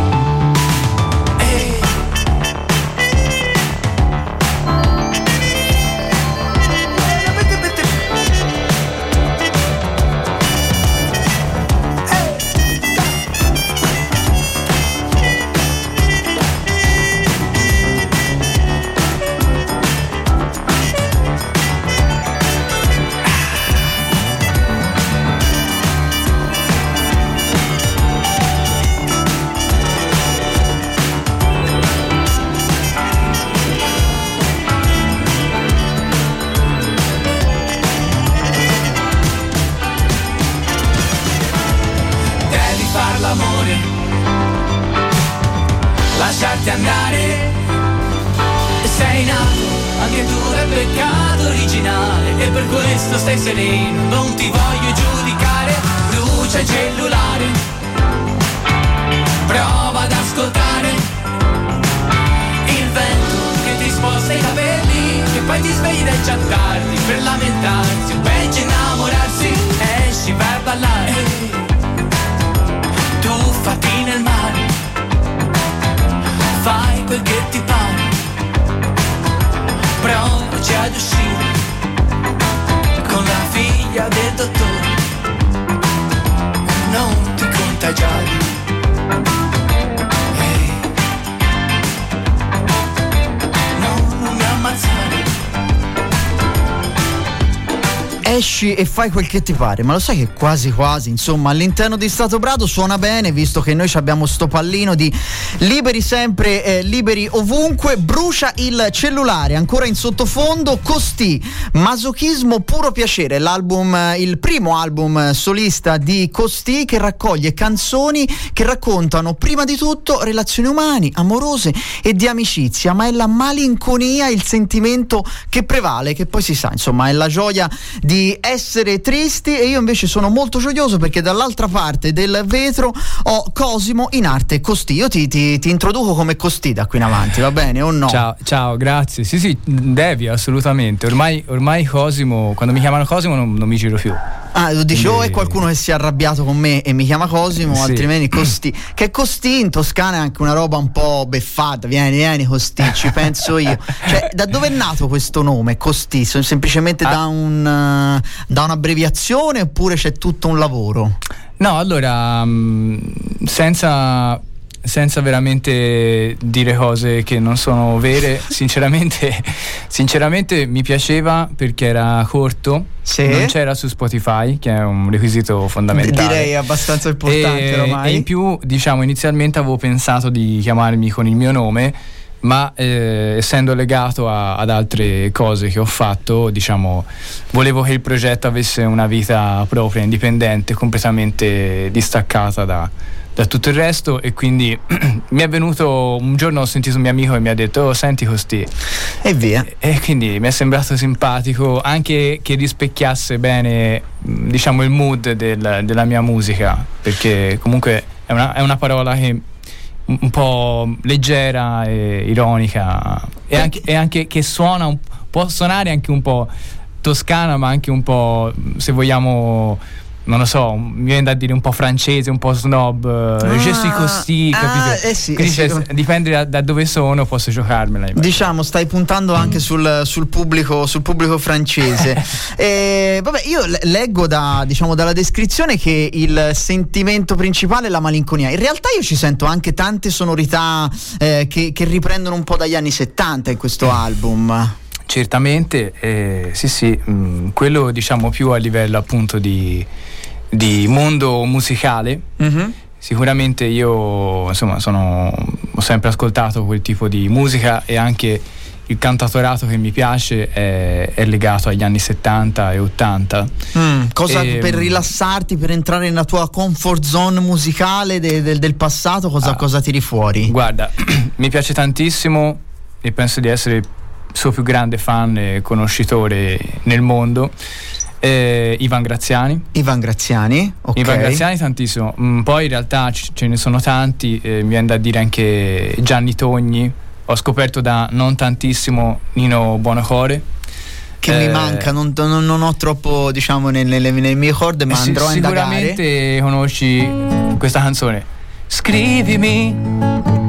Lasciarti andare, sei nato anche tu dal peccato originale e per questo stai sereno, non ti voglio giudicare, brucia il cellulare, prova ad ascoltare il vento che ti sposta i capelli e poi ti svegli ed è già tardi per lamentarsi o peggio innamorarsi. Esci, vai a ballare, tuffati nel mare, fai quel che ti pare, provaci ad uscire esci e fai quel che ti pare, ma lo sai che quasi insomma all'interno di Stato Brado suona bene, visto che noi abbiamo sto pallino di liberi sempre, liberi ovunque. Brucia il cellulare, ancora in sottofondo Costì, Masochismo puro piacere, l'album, il primo album solista di Costì, che raccoglie canzoni che raccontano prima di tutto relazioni umane, amorose e di amicizia, ma è la malinconia, il sentimento che prevale, che poi si sa, insomma, è la gioia di essere tristi. E io invece sono molto gioioso perché dall'altra parte del vetro ho Cosimo in arte Costì. Io ti introduco come Costì da qui in avanti, va bene o no? Ciao, grazie. Sì, devi, assolutamente. Ormai Cosimo, quando mi chiamano Cosimo non mi giro più. Ah, lo dici, o è qualcuno che si è arrabbiato con me e mi chiama Cosimo, sì. Altrimenti Costì. Che Costì in Toscana è anche una roba un po' beffata. Vieni Costì, ci penso io. Cioè, da dove è nato questo nome Costì? Semplicemente da un'abbreviazione, oppure c'è tutto un lavoro? No, allora, senza veramente dire cose che non sono vere, sinceramente mi piaceva perché era corto, sì. Non c'era su Spotify, che è un requisito fondamentale, direi abbastanza importante ormai. E in più, diciamo, inizialmente avevo pensato di chiamarmi con il mio nome, ma essendo legato ad altre cose che ho fatto, diciamo, volevo che il progetto avesse una vita propria, indipendente, completamente distaccata da tutto il resto. E quindi mi è venuto un giorno, ho sentito un mio amico e mi ha detto: "Oh, senti Costì", e via. E quindi mi è sembrato simpatico, anche che rispecchiasse bene, diciamo, il mood della mia musica, perché comunque è una parola che un po' leggera e ironica, e anche che può suonare anche un po' toscana, ma anche un po', se vogliamo, non lo so, mi viene da dire un po' francese, un po' snob, je suis Costì, capito? Sì, quindi dipende da dove sono, posso giocarmela. Diciamo, stai puntando anche sul pubblico francese. Vabbè, io leggo dalla descrizione che il sentimento principale è la malinconia. In realtà io ci sento anche tante sonorità che riprendono un po' dagli anni 70 in questo album. Certamente, sì, quello, diciamo, più a livello appunto di mondo musicale. Mm-hmm. Sicuramente io, insomma, ho sempre ascoltato quel tipo di musica, e anche il cantautorato che mi piace è legato agli anni 70 e 80. Cosa per rilassarti, per entrare nella tua comfort zone musicale del passato, cosa tiri fuori? Guarda, mi piace tantissimo, e penso di essere suo più grande fan e conoscitore nel mondo, Ivan Graziani, ok. Ivan Graziani tantissimo. Poi in realtà ce ne sono tanti, mi viene da dire anche Gianni Togni. Ho scoperto da non tantissimo Nino Buonocore, che mi manca, non ho troppo, diciamo, nelle mie corde, ma andrò a indagare. Sicuramente conosci questa canzone, "Scrivimi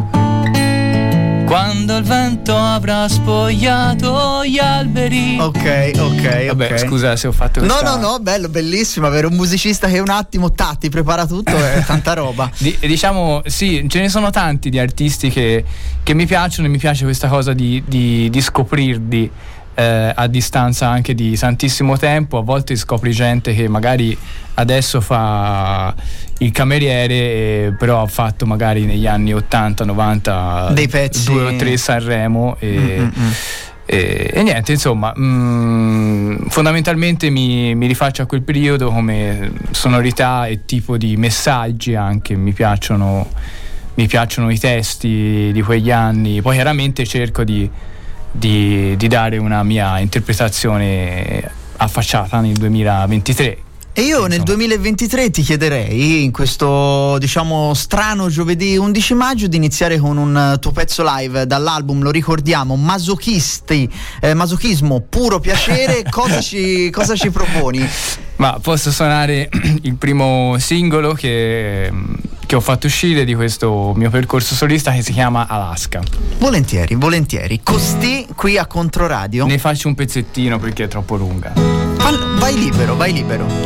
quando il vento avrà spogliato gli alberi". Ok. Vabbè, scusa se ho fatto questa... No, bello, bellissimo avere un musicista che un attimo prepara tutto, è tanta roba. Diciamo, sì, ce ne sono tanti di artisti che mi piacciono, e mi piace questa cosa di scoprirli a distanza anche di tantissimo tempo. A volte scopri gente che magari adesso fa il cameriere, però ha fatto magari negli anni 80-90 dei pezzi, 2 o 3 Sanremo e niente, insomma, fondamentalmente mi rifaccio a quel periodo come sonorità e tipo di messaggi. Anche mi piacciono i testi di quegli anni. Poi chiaramente cerco di dare una mia interpretazione affacciata nel 2023. E io nel 2023 ti chiederei, in questo, diciamo, strano giovedì 11 maggio, di iniziare con un tuo pezzo live dall'album, lo ricordiamo, Masochismo puro piacere. Cosa ci proponi? Ma posso suonare il primo singolo che ho fatto uscire di questo mio percorso solista, che si chiama Alaska. Volentieri. Costì qui a Controradio. Ne faccio un pezzettino perché è troppo lunga. Vai libero.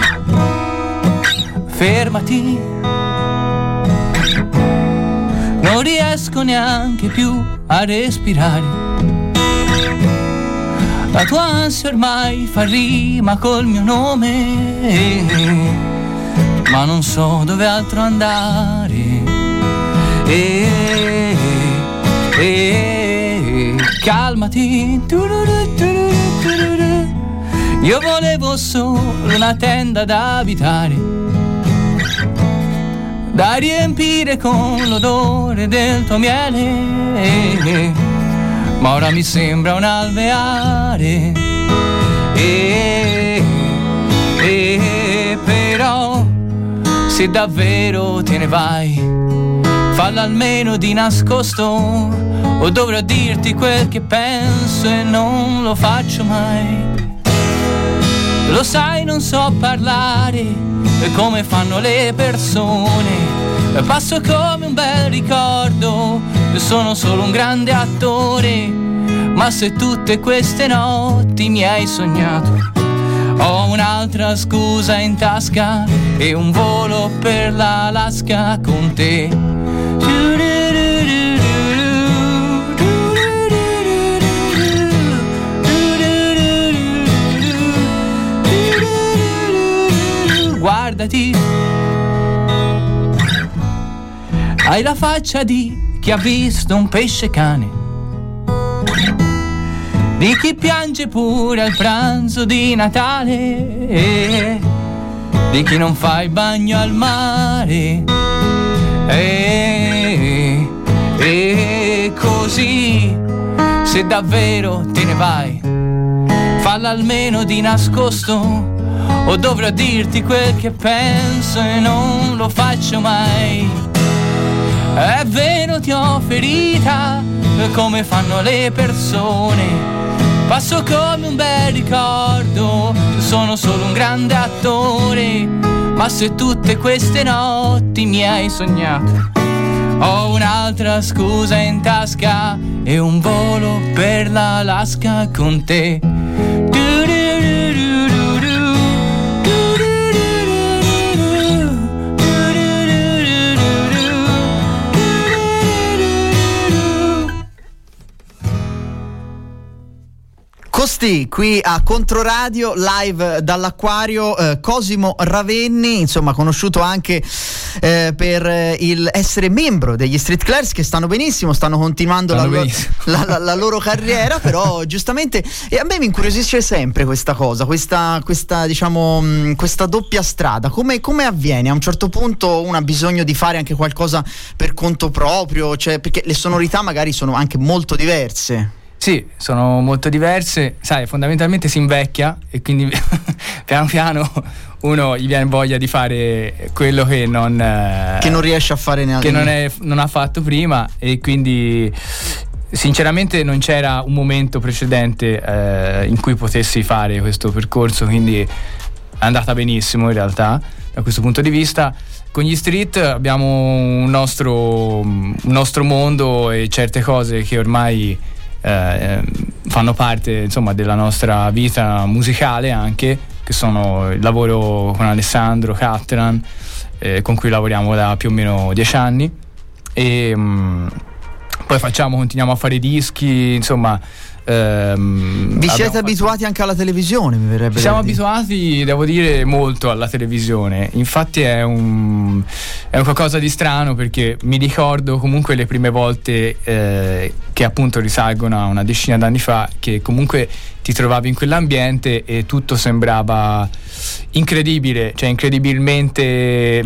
Fermati, non riesco neanche più a respirare. La tua ansia ormai fa rima col mio nome, ma non so dove altro andare. Calmati, io volevo solo una tenda da abitare, da riempire con l'odore del tuo miele, ma ora mi sembra un alveare. Però se davvero te ne vai, fallo almeno di nascosto, o dovrò dirti quel che penso e non lo faccio mai. Lo sai, non so parlare come fanno le persone, passo come un bel ricordo, sono solo un grande attore. Ma se tutte queste notti mi hai sognato, ho un'altra scusa in tasca e un volo per l'Alaska con te. Guardati, hai la faccia di chi ha visto un pesce cane, di chi piange pure al pranzo di Natale, di chi non fa il bagno al mare. E così, se davvero te ne vai, falla almeno di nascosto, o dovrò dirti quel che penso e non lo faccio mai. È vero, ti ho ferita come fanno le persone, passo come un bel ricordo, sono solo un grande attore. Ma se tutte queste notti mi hai sognato, ho un'altra scusa in tasca e un volo per l'Alaska con te. Costi qui a Controradio, live dall'Acquario, Cosimo Ravenni, insomma conosciuto anche per il essere membro degli Street Clears, che stanno benissimo, stanno continuando la loro carriera, però giustamente, e a me mi incuriosisce sempre questa cosa, questa diciamo questa doppia strada, come avviene? A un certo punto uno ha bisogno di fare anche qualcosa per conto proprio, cioè, perché le sonorità magari sono anche molto diverse. Sì, sono molto diverse, sai, fondamentalmente si invecchia e quindi piano piano uno gli viene voglia di fare quello che non riesce a fare neanche, che non ha fatto prima, e quindi sinceramente non c'era un momento precedente in cui potessi fare questo percorso, quindi è andata benissimo in realtà da questo punto di vista. Con gli Street abbiamo un nostro mondo e certe cose che ormai fanno parte, insomma, della nostra vita musicale anche, che sono il lavoro con Alessandro Cattelan, con cui lavoriamo da più o meno 10 anni, e poi continuiamo a fare dischi, insomma. Vi siete abituati anche alla televisione, mi verrebbe. Siamo abituati, devo dire, molto alla televisione. Infatti è un qualcosa di strano, perché mi ricordo comunque le prime volte che appunto risalgono a una decina d'anni fa, che comunque ti trovavi in quell'ambiente e tutto sembrava incredibile, cioè incredibilmente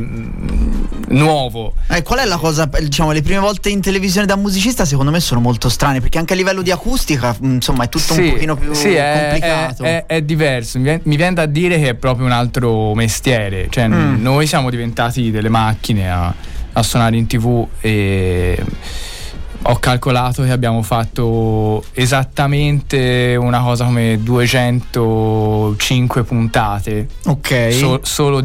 nuovo. Qual è la cosa, diciamo, le prime volte in televisione da musicista secondo me sono molto strane, perché anche a livello di acustica, insomma, è tutto un pochino più complicato. È diverso, mi viene da dire che è proprio un altro mestiere, cioè noi siamo diventati delle macchine a suonare in TV, e ho calcolato che abbiamo fatto esattamente una cosa come 205 puntate, ok, solo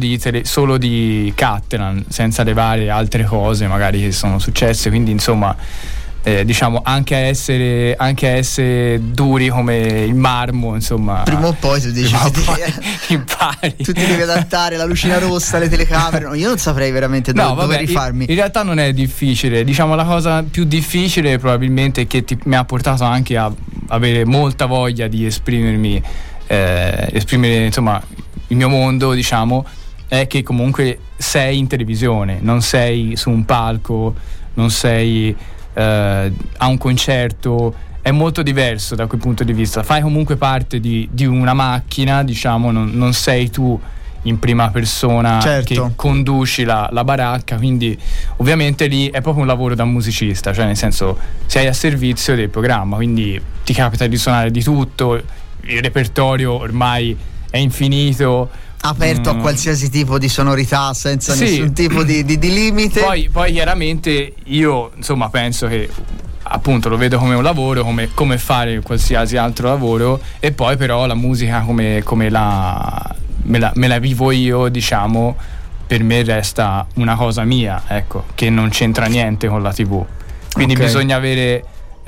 di Cattelan, senza levare altre cose magari che sono successe, quindi insomma diciamo anche a essere duri come il marmo, insomma. Prima o poi tu dici impari. Tu ti devi adattare la lucina rossa, le telecamere. No, io non saprei veramente dove rifarmi. In realtà non è difficile, diciamo la cosa più difficile probabilmente che mi ha portato anche a avere molta voglia di esprimere insomma il mio mondo, diciamo, è che comunque sei in televisione, non sei su un palco, non sei a un concerto, è molto diverso da quel punto di vista. Fai comunque parte di una macchina, diciamo, non sei tu in prima persona, certo, che conduci la baracca, quindi ovviamente lì è proprio un lavoro da musicista, cioè nel senso sei a servizio del programma, quindi ti capita di suonare di tutto, il repertorio ormai è infinito, aperto a qualsiasi tipo di sonorità, senza nessun tipo di limite. Poi chiaramente io insomma penso che appunto lo vedo come un lavoro, come fare qualsiasi altro lavoro, e poi però la musica come me la vivo io, diciamo, per me resta una cosa mia, ecco, che non c'entra niente con la TV. Quindi bisogna avere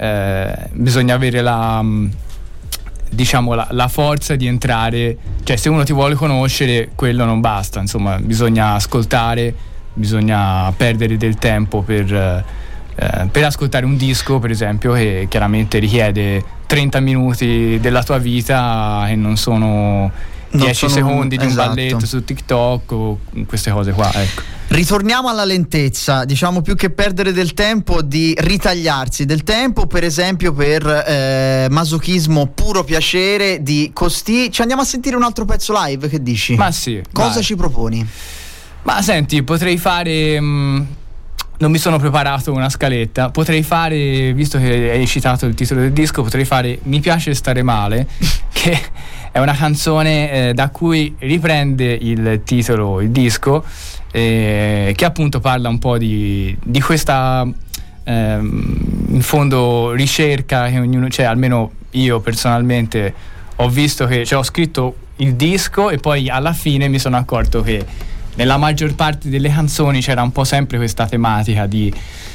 la diciamo la forza di entrare, cioè se uno ti vuole conoscere quello non basta, insomma bisogna ascoltare, bisogna perdere del tempo per ascoltare un disco, per esempio, che chiaramente richiede 30 minuti della tua vita e non sono 10 secondi di un balletto su TikTok o queste cose qua, ecco. Ritorniamo alla lentezza, diciamo, più che perdere del tempo, di ritagliarsi del tempo, per esempio per masochismo puro piacere di Costì. Ci andiamo a sentire un altro pezzo live, che dici? Ma sì. Cosa vai. Ci proponi? Ma senti, potrei fare non mi sono preparato una scaletta, potrei fare, visto che hai citato il titolo del disco, potrei fare Mi piace stare male, che è una canzone da cui riprende il titolo il disco, che appunto parla un po' di questa in fondo ricerca che ognuno, cioè almeno io personalmente ho visto che, cioè, ho scritto il disco e poi alla fine mi sono accorto che nella maggior parte delle canzoni c'era un po' sempre questa tematica di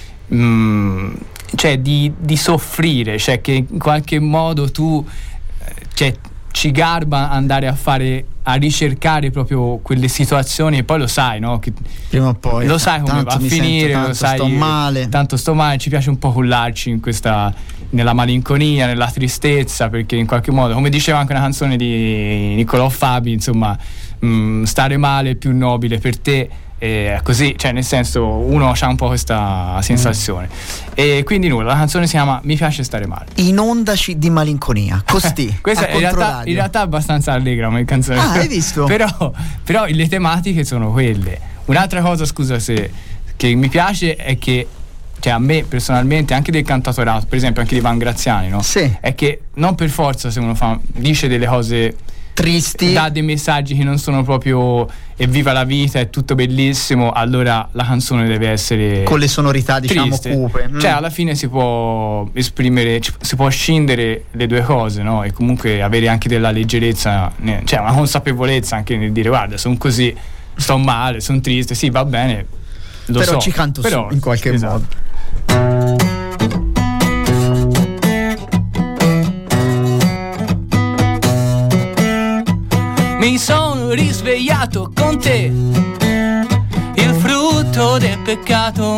cioè di soffrire, cioè che in qualche modo tu cioè ci garba andare a ricercare proprio quelle situazioni, e poi lo sai, no? Che prima o poi lo sai come va a finire, tanto lo sai, sto male. Tanto sto male, ci piace un po' cullarci nella malinconia, nella tristezza, perché in qualche modo, come diceva anche una canzone di Niccolò Fabi, insomma, stare male è più nobile per te, così, cioè nel senso uno ha un po' questa sensazione, e quindi nulla, la canzone si chiama Mi piace stare male. Inondaci di malinconia, Costì. Questa in realtà è abbastanza allegra come canzone. Hai visto? però le tematiche sono quelle. Un'altra cosa, scusa, che mi piace è che, cioè, a me personalmente, anche del cantautorato, per esempio anche di Ivan Graziani, no? Sì. È che non per forza, se uno dice delle cose tristi, dà dei messaggi che non sono proprio evviva la vita, è tutto bellissimo, allora la canzone deve essere con le sonorità, diciamo, triste. Cupe. Cioè alla fine si può esprimere, si può scindere le due cose, no? E comunque avere anche della leggerezza, cioè una consapevolezza anche nel dire guarda, sono così, sto male, sono triste, sì, va bene, però ci canto su in qualche modo. Mi sono risvegliato con te, il frutto del peccato.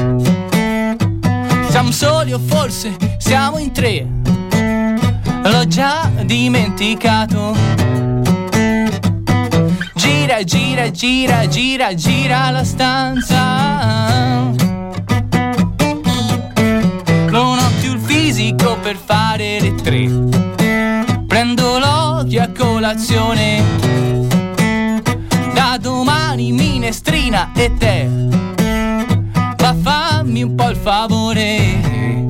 Siamo soli o forse siamo in tre, l'ho già dimenticato. Gira, gira, gira, gira, gira la stanza. Non ho più il fisico per fare le tre. Prendo l'occhio a colazione, da domani minestrina e te. Ma fammi un po' il favore,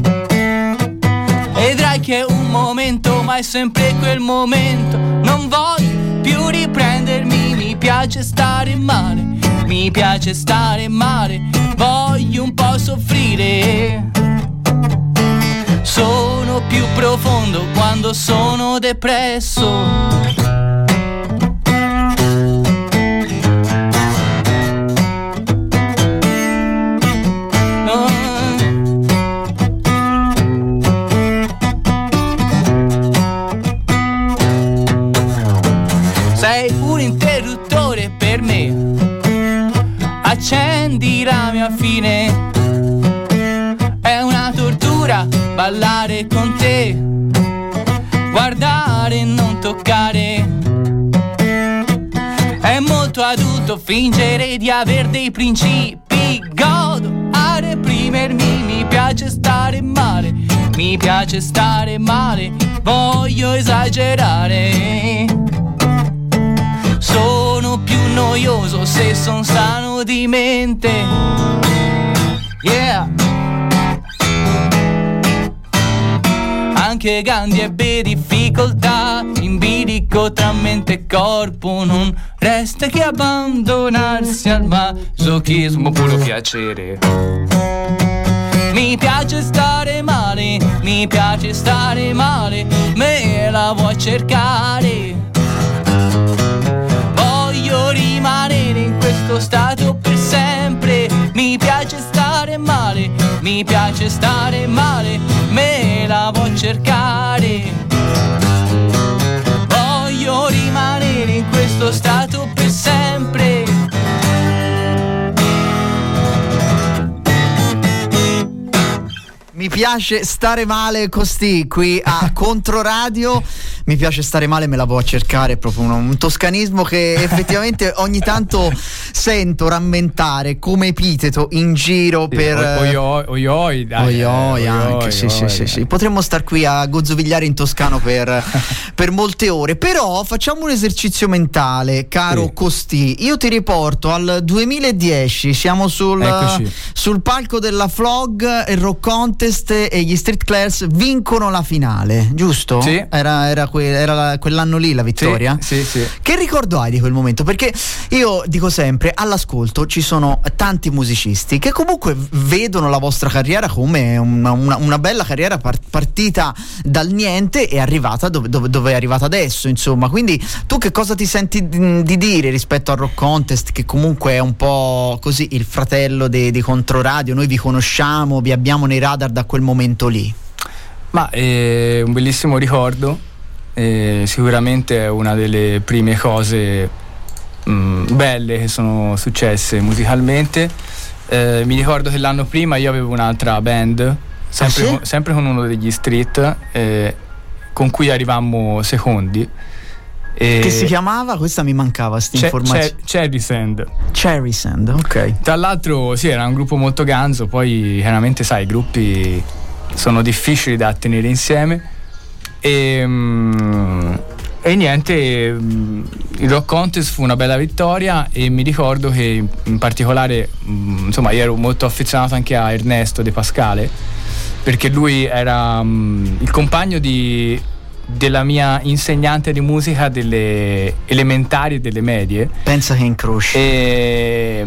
vedrai che è un momento, ma è sempre quel momento. Non voglio più riprendermi, mi piace stare male, mi piace stare male, voglio un po' soffrire. Sono più profondo quando sono depresso. stare con te, guardare e non toccare. È molto adulto fingere di aver dei principi. Godo a reprimermi, mi piace stare male, mi piace stare male, voglio esagerare. Sono più noioso se son sano di mente. Yeah. Anche Gandhi ebbe difficoltà in bilico tra mente e corpo, non resta che abbandonarsi al masochismo, puro piacere. Mi piace stare male, mi piace stare male, me la vuoi cercare. Voglio rimanere in questo stato per sempre. Mi piace stare male, mi piace stare male, me la vuoi cercare. Voglio rimanere in questo stato per sempre. Mi piace stare male così qui a Controradio. Mi piace stare male, me la può cercare. È proprio un toscanismo che effettivamente ogni tanto sento rammentare come epiteto in giro per Oioi, dai. Oioi anche, sì. Potremmo star qui a gozzovigliare in toscano per molte ore. Però facciamo un esercizio mentale, caro Costì. Io ti riporto al 2010. Siamo sul palco della Flog, il Rock Contest, e gli Street Class vincono la finale, giusto? Sì. Era quell'anno lì la vittoria? Sì. Che ricordo hai di quel momento? Perché io dico sempre, all'ascolto ci sono tanti musicisti che comunque vedono la vostra carriera come una bella carriera partita dal niente e arrivata dove è arrivata adesso, insomma. Quindi tu che cosa ti senti di dire rispetto al Rock Contest, che comunque è un po' così il fratello di Controradio? Noi vi conosciamo, vi abbiamo nei radar da quel momento lì. Ma è un bellissimo ricordo, sicuramente è una delle prime cose belle che sono successe musicalmente. Mi ricordo che l'anno prima io avevo un'altra band, sempre con uno degli Street, con cui arrivammo secondi. Che si chiamava? Questa mi mancava, sta informazione. Cherry Sand, ok. Tra l'altro sì, era un gruppo molto ganzo. Poi chiaramente sai, i gruppi sono difficili da tenere insieme e niente, il Rock Contest fu una bella vittoria. E mi ricordo che in particolare insomma io ero molto affezionato anche a Ernesto De Pascale, perché lui era il compagno della mia insegnante di musica delle elementari e delle medie. Pensa che incrocio. E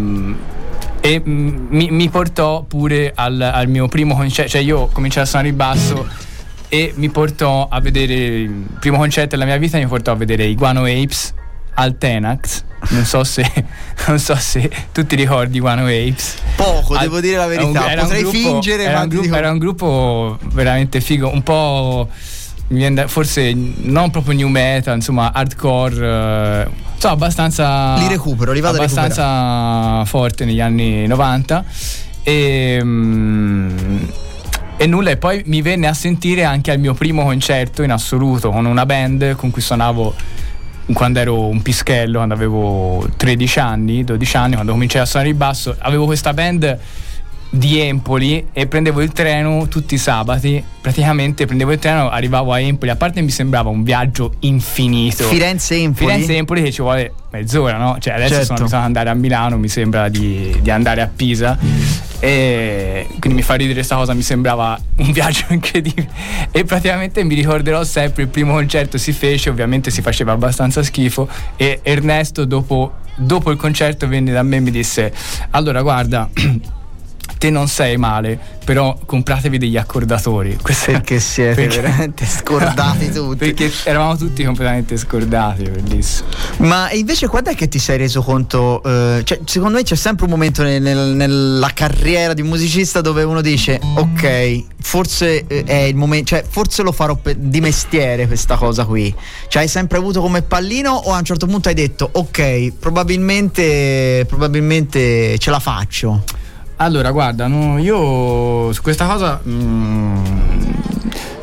mi portò pure al mio primo concerto. Cioè io cominciai a suonare il basso e mi portò a vedere il primo concerto della mia vita. Mi portò a vedere i Guano Apes al Tenax. Non so se tu ti ricordi Guano Apes. Poco, devo dire la verità. Potrei fingere, era un gruppo veramente figo, un po' forse non proprio new metal, insomma hardcore, insomma abbastanza, li recupero, li vado abbastanza forte negli anni 90 e nulla. E poi mi venne a sentire anche al mio primo concerto in assoluto con una band con cui suonavo quando ero un pischello, quando avevo 13 anni, 12 anni, quando cominciai a suonare il basso. Avevo questa band di Empoli e prendevo il treno tutti i sabati, praticamente prendevo il treno, arrivavo a Empoli. A parte mi sembrava un viaggio infinito, Firenze-Empoli che ci vuole mezz'ora, no? Cioè adesso sono abituato ad andare a Milano, mi sembra di andare a Pisa, e quindi mi fa ridere questa cosa, mi sembrava un viaggio incredibile. E praticamente mi ricorderò sempre, il primo concerto si fece, ovviamente si faceva abbastanza schifo, e Ernesto dopo il concerto venne da me e mi disse: allora guarda, te non sei male, però compratevi degli accordatori. Perché siete veramente scordati tutti. Perché eravamo tutti completamente scordati, bellissimo. Ma invece quando è che ti sei reso conto? Cioè, secondo me c'è sempre un momento nella carriera di musicista dove uno dice: ok, forse è il momento, cioè forse lo farò di mestiere questa cosa qui. Cioè hai sempre avuto come pallino, o a un certo punto hai detto: ok, probabilmente ce la faccio? Allora guarda, io su questa cosa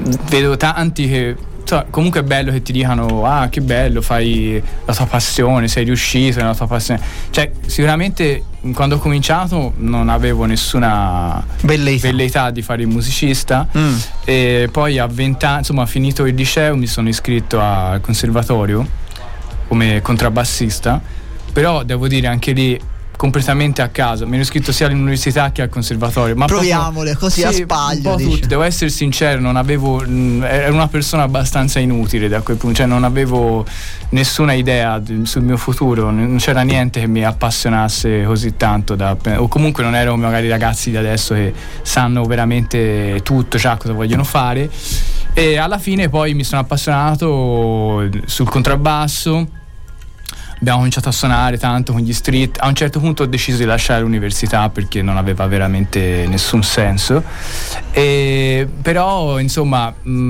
vedo tanti che comunque è bello che ti dicano che bello, fai la tua passione, sei riuscito nella tua passione. Cioè sicuramente quando ho cominciato non avevo nessuna velleità di fare il musicista, e poi a 20 anni, insomma, finito il liceo mi sono iscritto al conservatorio come contrabbassista, però devo dire anche lì completamente a caso, mi ero iscritto sia all'università che al conservatorio, ma proviamole proprio, così a spaglio, un po' tutti. Devo essere sincero, non avevo, ero una persona abbastanza inutile da quel punto, cioè non avevo nessuna idea sul mio futuro, non c'era niente che mi appassionasse così tanto o comunque non ero magari ragazzi di adesso che sanno veramente tutto, cioè cosa vogliono fare, e alla fine poi mi sono appassionato sul contrabbasso. Abbiamo cominciato a suonare tanto con gli street. A un certo punto ho deciso di lasciare l'università perché non aveva veramente nessun senso, però insomma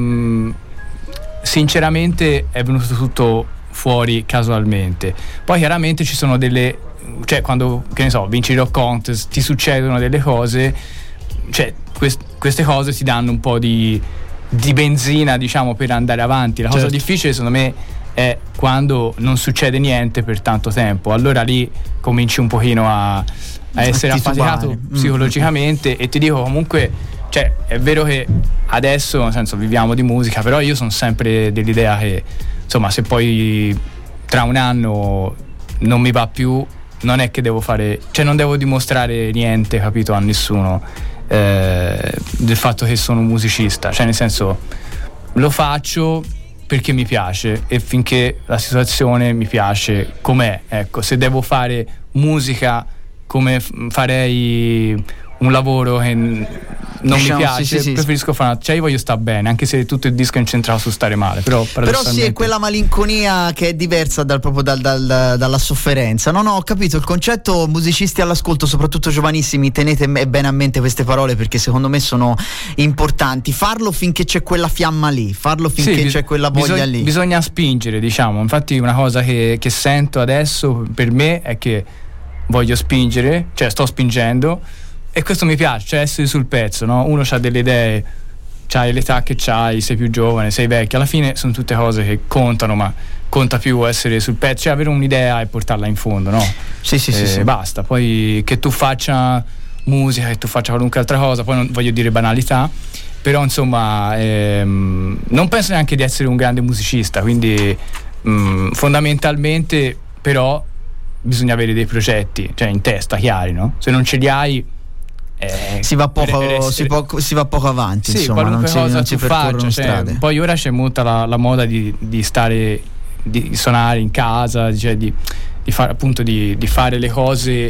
sinceramente è venuto tutto fuori casualmente. Poi chiaramente ci sono cioè quando, che ne so, vinci il Rock Contest, ti succedono delle cose, cioè queste cose ti danno un po' di benzina, diciamo, per andare avanti. La cosa difficile secondo me è quando non succede niente per tanto tempo, allora lì cominci un pochino a essere affaticato psicologicamente. E ti dico comunque, cioè è vero che adesso nel senso viviamo di musica, però io sono sempre dell'idea che insomma se poi tra un anno non mi va più, non è che devo fare, cioè non devo dimostrare niente, capito, a nessuno del fatto che sono un musicista, cioè nel senso lo faccio perché mi piace e finché la situazione mi piace com'è, ecco. Se devo fare musica come farei un lavoro che non mi piace, preferisco fare, cioè io voglio stare bene, anche se tutto il disco è incentrato su stare male, però sì, è quella malinconia che è diversa dalla sofferenza. No, ho capito il concetto. Musicisti all'ascolto, soprattutto giovanissimi, tenete bene a mente queste parole perché secondo me sono importanti. Farlo finché c'è quella fiamma lì, farlo finché c'è quella voglia lì. Bisogna spingere, diciamo. Infatti una cosa che sento adesso per me è che voglio spingere, cioè sto spingendo. E questo mi piace, cioè essere sul pezzo, no? Uno ha delle idee, c'hai l'età che c'hai, sei più giovane, sei vecchio, alla fine sono tutte cose che contano, ma conta più essere sul pezzo, cioè avere un'idea e portarla in fondo, no? Sì. Basta, poi che tu faccia musica, che tu faccia qualunque altra cosa, poi non voglio dire banalità, però insomma non penso neanche di essere un grande musicista, quindi fondamentalmente però bisogna avere dei progetti, cioè in testa, chiari, no? Se non ce li hai si va poco avanti, insomma, non si percorrono strade. Poi ora c'è molta la moda di stare, di suonare in casa, cioè di fare appunto di fare le cose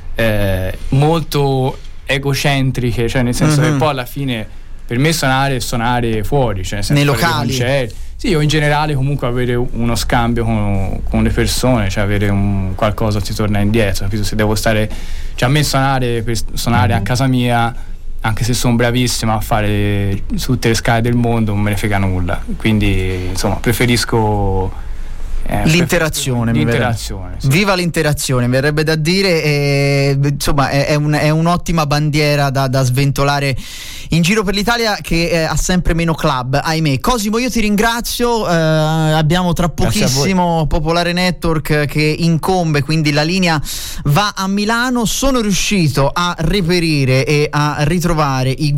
molto egocentriche, cioè nel senso che poi alla fine per me suonare fuori, cioè nei locali, sì, o in generale comunque avere uno scambio con le persone, cioè avere qualcosa ti torna indietro, capito? Se devo stare, cioè a me suonare per suonare a casa mia, anche se sono bravissima a fare su tutte le scale del mondo, non me ne frega nulla, quindi insomma preferisco l'interazione. Sì. Viva l'interazione, mi verrebbe da dire, insomma è un'ottima bandiera da sventolare in giro per l'Italia, che ha sempre meno club, ahimè. Cosimo, io ti ringrazio, abbiamo tra pochissimo Popolare Network che incombe, quindi la linea va a Milano. Sono riuscito a reperire e a ritrovare i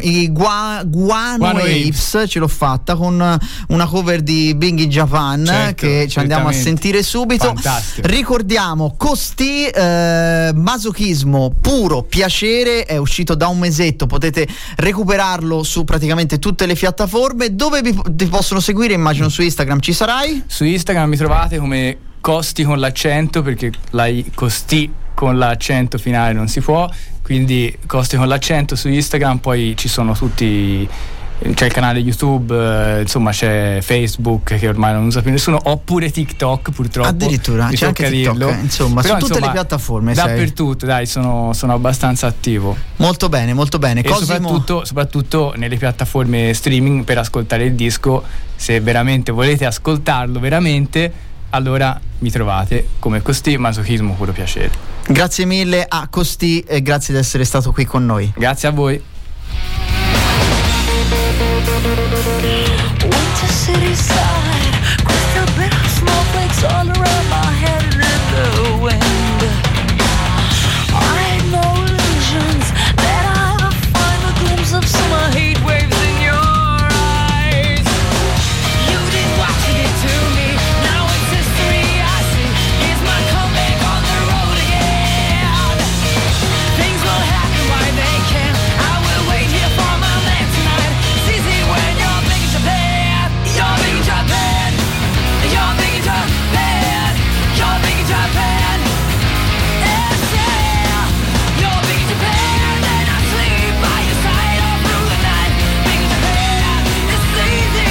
Guano Apes, ce l'ho fatta con una cover di Bing in Japan, certo, che ci andiamo a sentire subito. Fantastico. Ricordiamo Costi, masochismo puro piacere, è uscito da un mesetto, potete recuperarlo su praticamente tutte le piattaforme. Dove ti possono seguire? Immagino su Instagram ci sarai. Su Instagram mi trovate come Costi con l'accento, perché Costi con l'accento finale non si può, quindi Costi con l'accento su Instagram. Poi ci sono tutti, c'è il canale YouTube, insomma c'è Facebook che ormai non usa più nessuno, oppure TikTok, purtroppo addirittura c'è anche TikTok, insomma. Però, su tutte le piattaforme dappertutto, dai, sono abbastanza attivo. Molto bene. E soprattutto nelle piattaforme streaming per ascoltare il disco. Se veramente volete ascoltarlo veramente, allora mi trovate come Costi, masochismo puro piacere. Grazie mille a Costi e grazie di essere stato qui con noi. Grazie a voi. Winter city side, crystal bit of snowflakes all around my head and in the wind. I had no illusions that I ever find a glimpse of summer heat waves in your eyes. You did what you did to me, now it's history I see. Here's my comeback on the road again. Things will happen why they can. I will wait here for my man tonight. It's easy when you're big in Japan. You're big in Japan. You're big in Japan. You're big in Japan. Yes, yeah. You're big in Japan, and I sleep by your side all through the night. Big in Japan, it's easy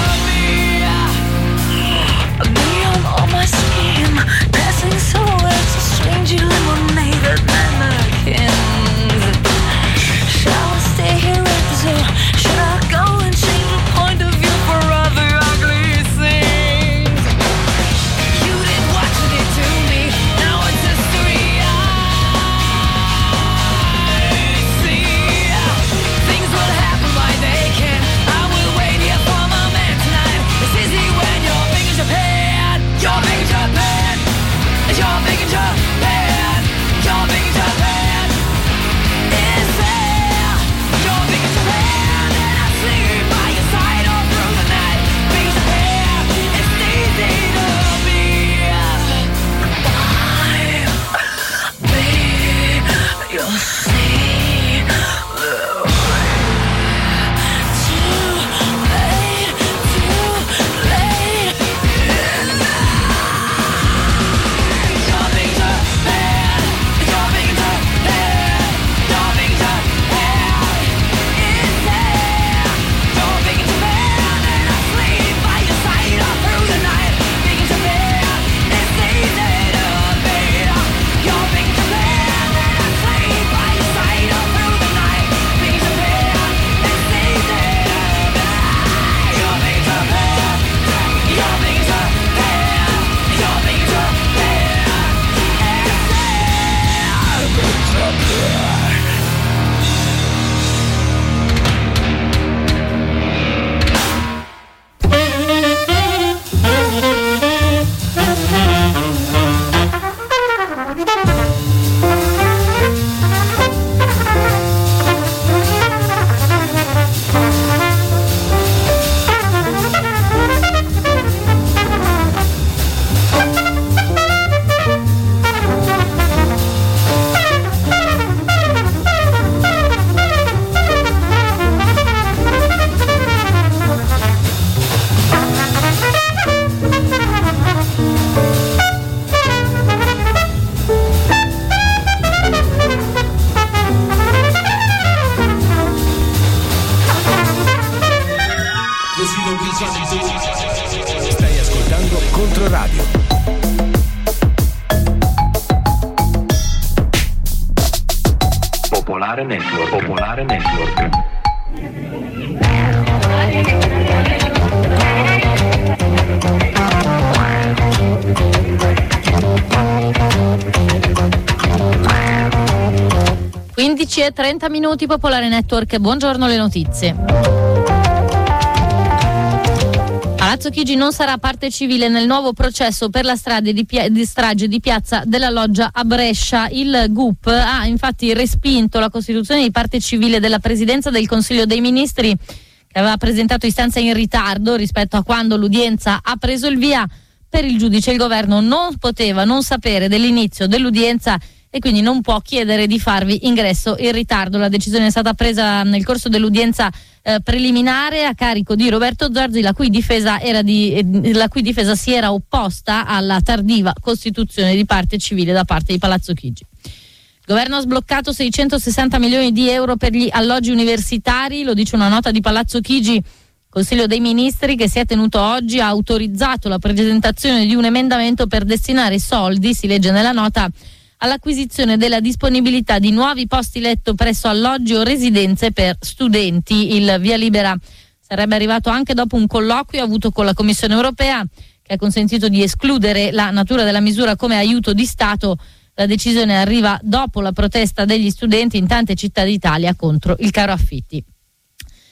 to be on all my skin, passing silhouettes of strangely illuminated mannequins. Shall I stay here at the zoo? Should I go and change the point of view for other ugly things? You did what you did to me, now it's history I see. Things will happen why they can. I will wait here for my man tonight. It's easy when you're big in Japan. You're big in Japan. You're big in Japan. You're big in Japan. It's there. You're big in Japan, and I sleep by your side all through the night. Big in Japan, it's easy to be. You'll see. Stai ascoltando Controradio. Popolare Network. Popolare Network. e 30 minuti, Popolare Network. Buongiorno, le notizie. Palazzo Chigi non sarà parte civile nel nuovo processo per la strage di Piazza della Loggia a Brescia. Il GUP ha infatti respinto la costituzione di parte civile della Presidenza del Consiglio dei Ministri, che aveva presentato istanza in ritardo rispetto a quando l'udienza ha preso il via. Per il giudice il governo non poteva non sapere dell'inizio dell'udienza e quindi non può chiedere di farvi ingresso in ritardo. La decisione è stata presa nel corso dell'udienza preliminare a carico di Roberto Zorzi, la cui difesa si era opposta alla tardiva costituzione di parte civile da parte di Palazzo Chigi. Il governo ha sbloccato 660 milioni di euro per gli alloggi universitari, lo dice una nota di Palazzo Chigi. Il Consiglio dei Ministri, che si è tenuto oggi, ha autorizzato la presentazione di un emendamento per destinare soldi, si legge nella nota, all'acquisizione della disponibilità di nuovi posti letto presso alloggi o residenze per studenti. Il via libera sarebbe arrivato anche dopo un colloquio avuto con la Commissione europea, che ha consentito di escludere la natura della misura come aiuto di Stato. La decisione arriva dopo la protesta degli studenti in tante città d'Italia contro il caro affitti.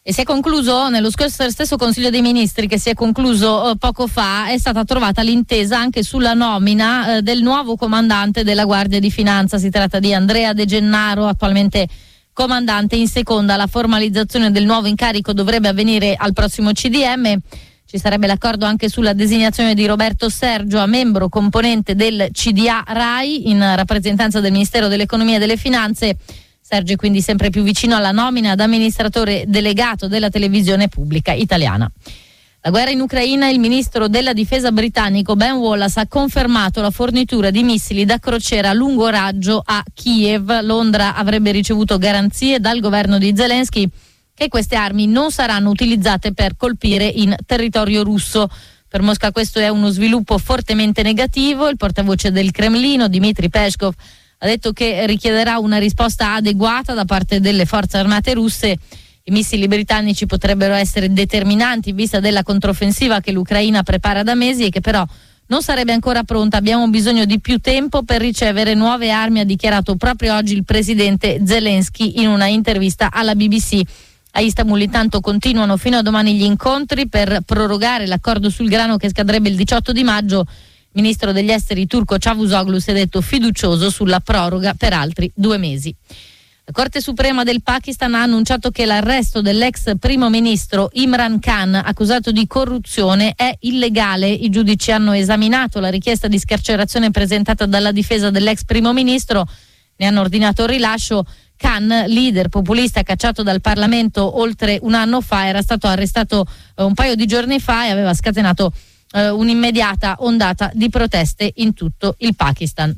E si è concluso nello stesso Consiglio dei Ministri che si è concluso poco fa, è stata trovata l'intesa anche sulla nomina del nuovo comandante della Guardia di Finanza. Si tratta di Andrea De Gennaro, attualmente comandante in seconda. La formalizzazione del nuovo incarico dovrebbe avvenire al prossimo CDM. Ci sarebbe l'accordo anche sulla designazione di Roberto Sergio a membro componente del CDA RAI in rappresentanza del Ministero dell'Economia e delle Finanze. Sergio è quindi sempre più vicino alla nomina ad amministratore delegato della televisione pubblica italiana. La guerra in Ucraina, il ministro della difesa britannico Ben Wallace ha confermato la fornitura di missili da crociera a lungo raggio a Kiev. Londra avrebbe ricevuto garanzie dal governo di Zelensky che queste armi non saranno utilizzate per colpire in territorio russo. Per Mosca questo è uno sviluppo fortemente negativo. Il portavoce del Cremlino, Dmitry Peskov, ha detto che richiederà una risposta adeguata da parte delle forze armate russe. I missili britannici potrebbero essere determinanti in vista della controffensiva che l'Ucraina prepara da mesi e che però non sarebbe ancora pronta. Abbiamo bisogno di più tempo per ricevere nuove armi, ha dichiarato proprio oggi il presidente Zelensky in una intervista alla BBC. A Istanbul intanto continuano fino a domani gli incontri per prorogare l'accordo sul grano che scadrebbe il 18 di maggio. Il ministro degli esteri turco Cavusoglu si è detto fiducioso sulla proroga per altri 2 mesi. La Corte Suprema del Pakistan ha annunciato che l'arresto dell'ex primo ministro Imran Khan, accusato di corruzione, è illegale. I giudici hanno esaminato la richiesta di scarcerazione presentata dalla difesa dell'ex primo ministro, ne hanno ordinato il rilascio. Khan, leader populista cacciato dal Parlamento oltre un anno fa, era stato arrestato un paio di giorni fa e aveva scatenato un'immediata ondata di proteste in tutto il Pakistan.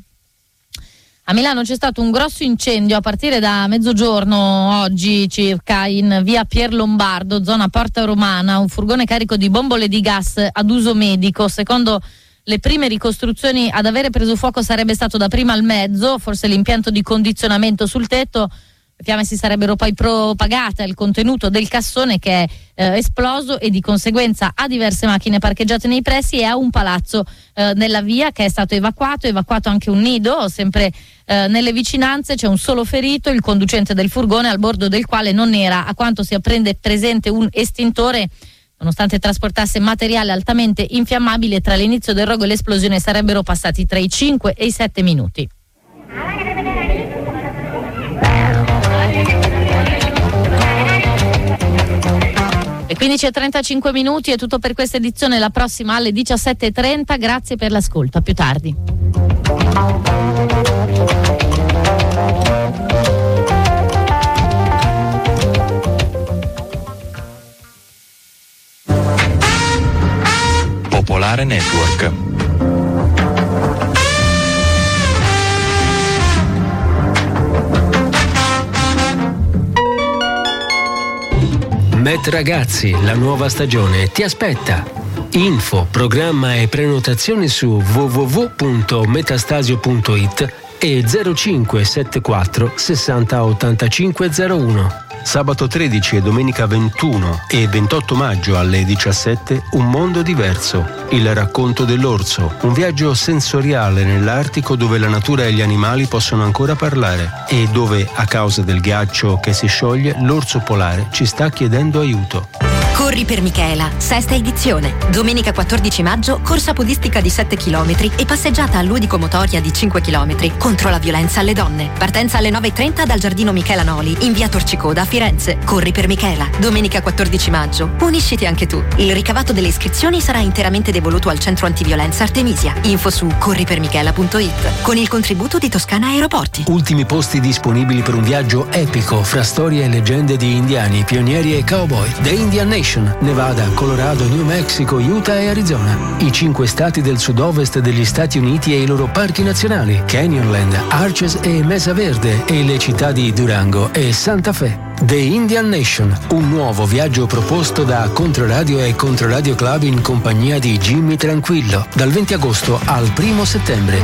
A Milano c'è stato un grosso incendio a partire da mezzogiorno oggi circa in via Pier Lombardo, zona Porta Romana. Un furgone carico di bombole di gas ad uso medico. Secondo le prime ricostruzioni ad avere preso fuoco sarebbe stato dapprima il mezzo, forse l'impianto di condizionamento sul tetto. Le fiamme si sarebbero poi propagate al contenuto del cassone che è esploso e di conseguenza a diverse macchine parcheggiate nei pressi e a un palazzo nella via che è stato evacuato anche un nido, sempre nelle vicinanze. C'è un solo ferito, il conducente del furgone, al bordo del quale non era, a quanto si apprende, presente un estintore. Nonostante trasportasse materiale altamente infiammabile, tra l'inizio del rogo e l'esplosione sarebbero passati tra i 5 e i 7 minuti. E 15:35 minuti è tutto per questa edizione, la prossima alle 17:30. Grazie per l'ascolto, a più tardi. Popolare Network. Met Ragazzi, la nuova stagione ti aspetta. Info, programma e prenotazioni su www.metastasio.it e 0574 60 85 01. Sabato 13 e domenica 21 e 28 maggio alle 17 Un mondo diverso, il racconto dell'orso, un viaggio sensoriale nell'Artico dove la natura e gli animali possono ancora parlare e dove, a causa del ghiaccio che si scioglie, l'orso polare ci sta chiedendo aiuto. Corri per Michela, 6ª edizione. Domenica 14 maggio, corsa podistica di 7 km e passeggiata ludico-motoria di 5 km contro la violenza alle donne. Partenza alle 9:30 dal giardino Michela Noli, in via Torcicoda a Firenze. Corri per Michela, domenica 14 maggio. Unisciti anche tu. Il ricavato delle iscrizioni sarà interamente devoluto al centro antiviolenza Artemisia. Info su corripermichela.it con il contributo di Toscana Aeroporti. Ultimi posti disponibili per un viaggio epico fra storie e leggende di indiani, pionieri e cowboy. The Indian Nation, Nevada, Colorado, New Mexico, Utah e Arizona. I 5 stati del sud-ovest degli Stati Uniti e i loro parchi nazionali, Canyonland, Arches e Mesa Verde, e le città di Durango e Santa Fe. The Indian Nation, un nuovo viaggio proposto da Controradio e Controradio Club in compagnia di Jimmy Tranquillo, dal 20 agosto al 1 settembre.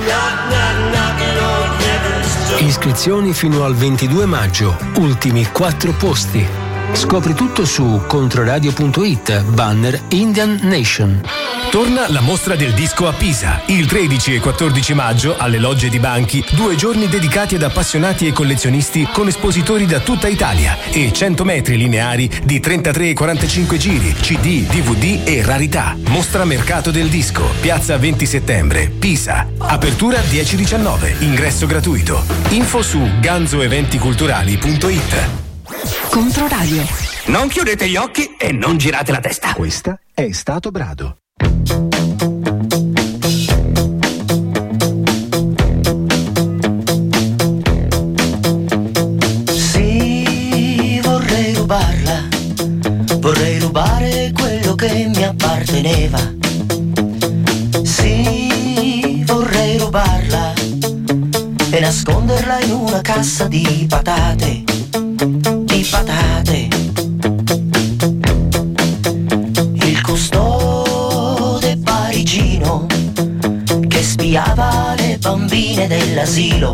Iscrizioni fino al 22 maggio, ultimi 4 posti. Scopri tutto su controradio.it, banner Indian Nation. Torna la mostra del disco a Pisa. Il 13 e 14 maggio alle Logge di Banchi, 2 giorni dedicati ad appassionati e collezionisti con espositori da tutta Italia e 100 metri lineari di 33 e 45 giri, CD, DVD e rarità. Mostra Mercato del Disco, piazza 20 settembre, Pisa. Apertura 10-19, ingresso gratuito. Info su ganzoeventiculturali.it. Controradio. Non chiudete gli occhi e non girate la testa. Questa è Stato Brado. Sì, vorrei rubarla, vorrei rubare quello che mi apparteneva. Sì, vorrei rubarla e nasconderla in una cassa di patate, di patate. Il custode parigino che spiava le bambine dell'asilo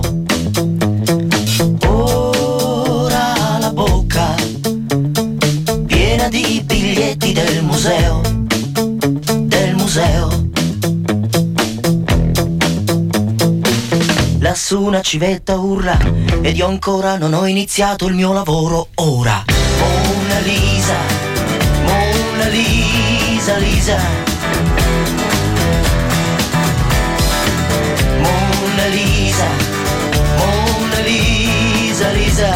ora ha la bocca piena di biglietti del museo, del museo. Lassù una civetta urla ed io ancora non ho iniziato il mio lavoro ora. Mona Lisa, Mona Lisa, Lisa. Mona Lisa, Mona Lisa, Lisa.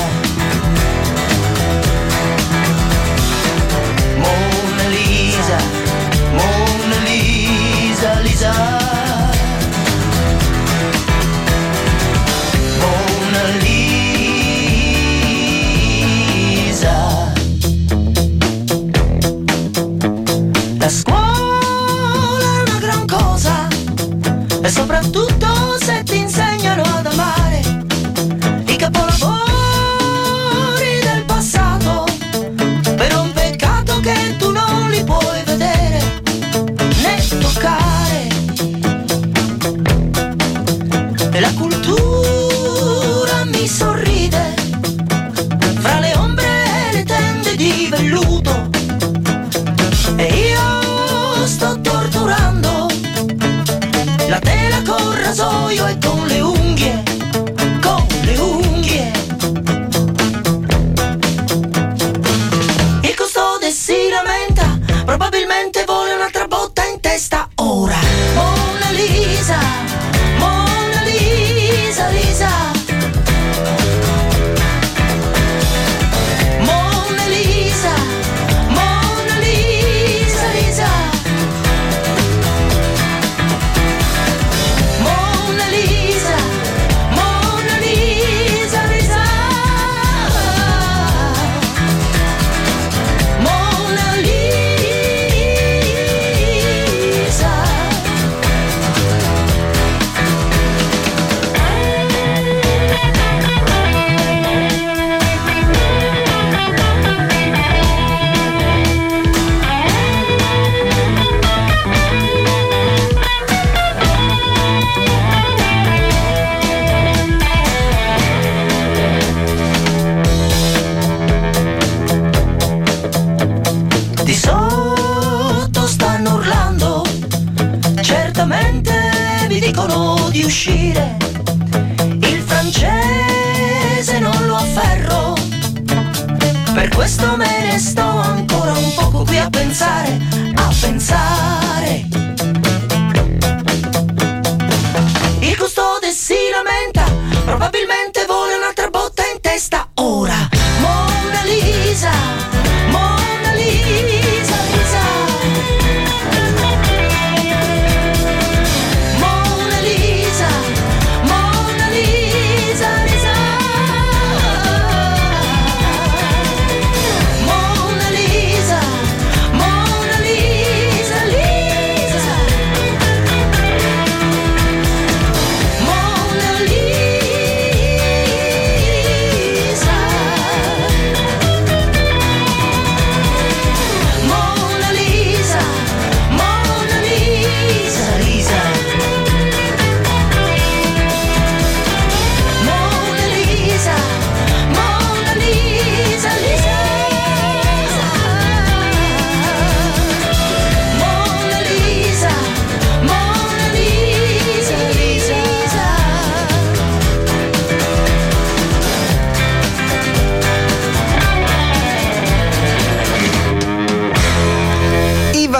Mona Lisa, Mona Lisa, Lisa. La scuola è una gran cosa e soprattutto se ti insegnano ad amare i capolavori del passato, per un peccato che tu non li puoi vedere né toccare. E la cultura mi sorride fra le ombre e le tende di velluto e io sto torturando la tela col rasoio e con le unghie, con le unghie. Il custode si lamenta, probabilmente vuole un'altra botta in testa ora. Mona Lisa, Mona Lisa, Lisa. Mona Lisa, Mona Lisa, Lisa. Mona Lisa, Mona Lisa, Lisa. Mona Lisa. Di sotto stanno urlando, certamente vi dicono di uscire. Il francese non lo afferro, per questo me ne sto ancora un poco qui a pensare, a pensare. Il custode si lamenta, probabilmente vuole un'altra botta in testa ora. Mona Lisa, Mona Lisa, Lisa. Mona Lisa, Mona Lisa, Lisa. Mona Lisa, Mona Lisa, Lisa.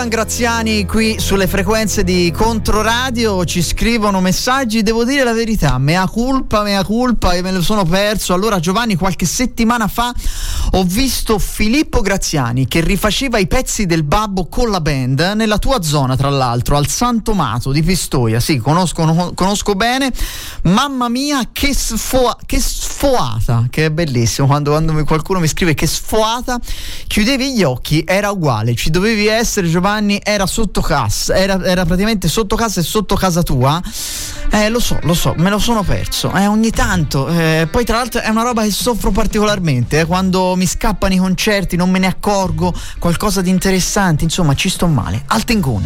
Ivan Graziani qui sulle frequenze di Controradio, ci scrivono messaggi, devo dire la verità, mea culpa, e me lo sono perso. Allora Giovanni, qualche settimana fa ho visto Filippo Graziani che rifaceva i pezzi del Babbo con la band nella tua zona, tra l'altro al San Tomato di Pistoia. Sì, conosco bene. Mamma mia, che sfoata, che è bellissimo quando qualcuno mi scrive che sfoata. Chiudevi gli occhi, era uguale, ci dovevi essere, Giovanni, era sotto casa, era praticamente sotto casa e sotto casa tua. Lo so, me lo sono perso ogni tanto, poi tra l'altro è una roba che soffro particolarmente, quando mi scappano i concerti non me ne accorgo, qualcosa di interessante, insomma ci sto male. Altengun.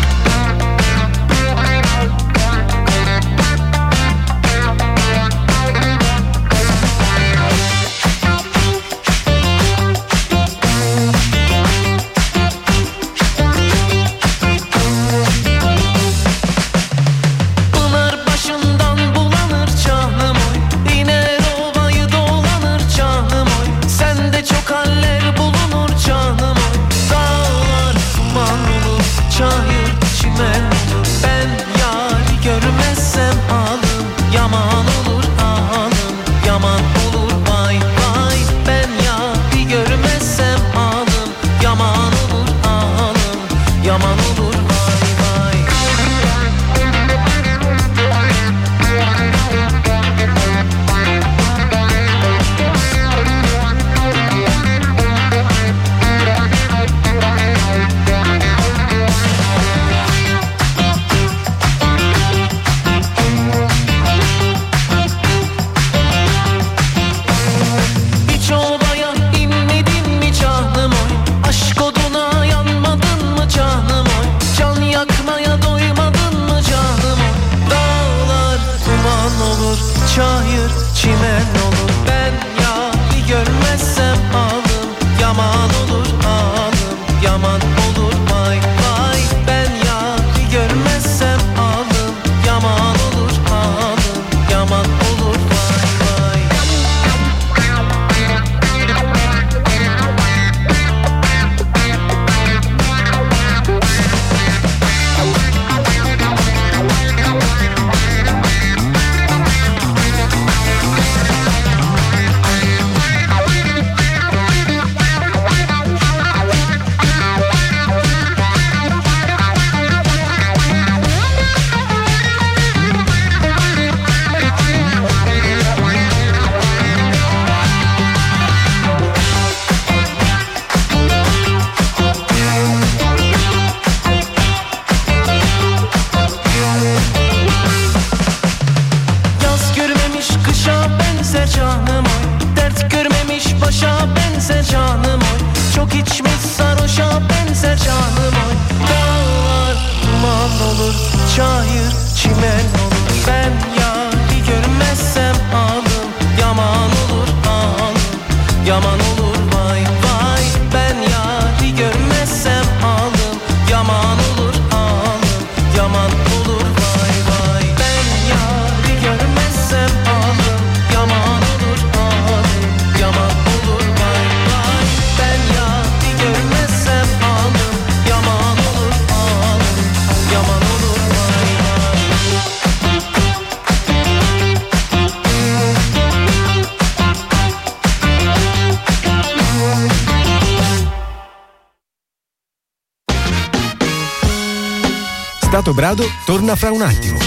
Stato Brado torna fra un attimo.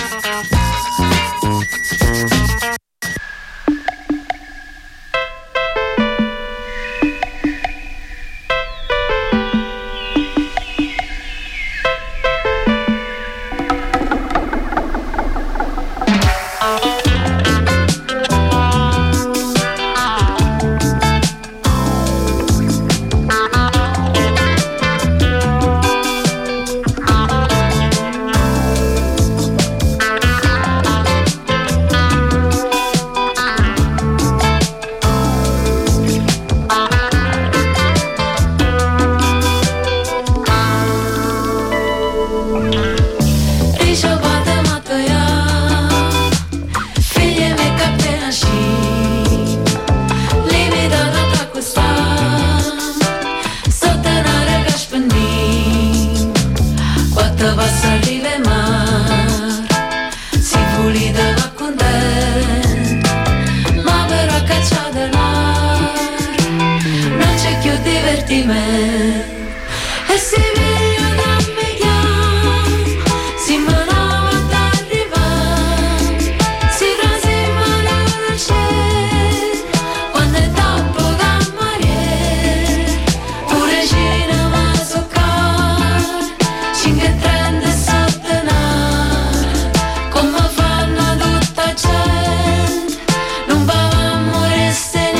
c'è più divertimento. E si vede una vediamo, si manava d'arrivare, si trasimana da c'è, quando è tappo da mare, pure cinema soccare, 5:30 e sottenare, come fanno tutta gente, non povamo restare.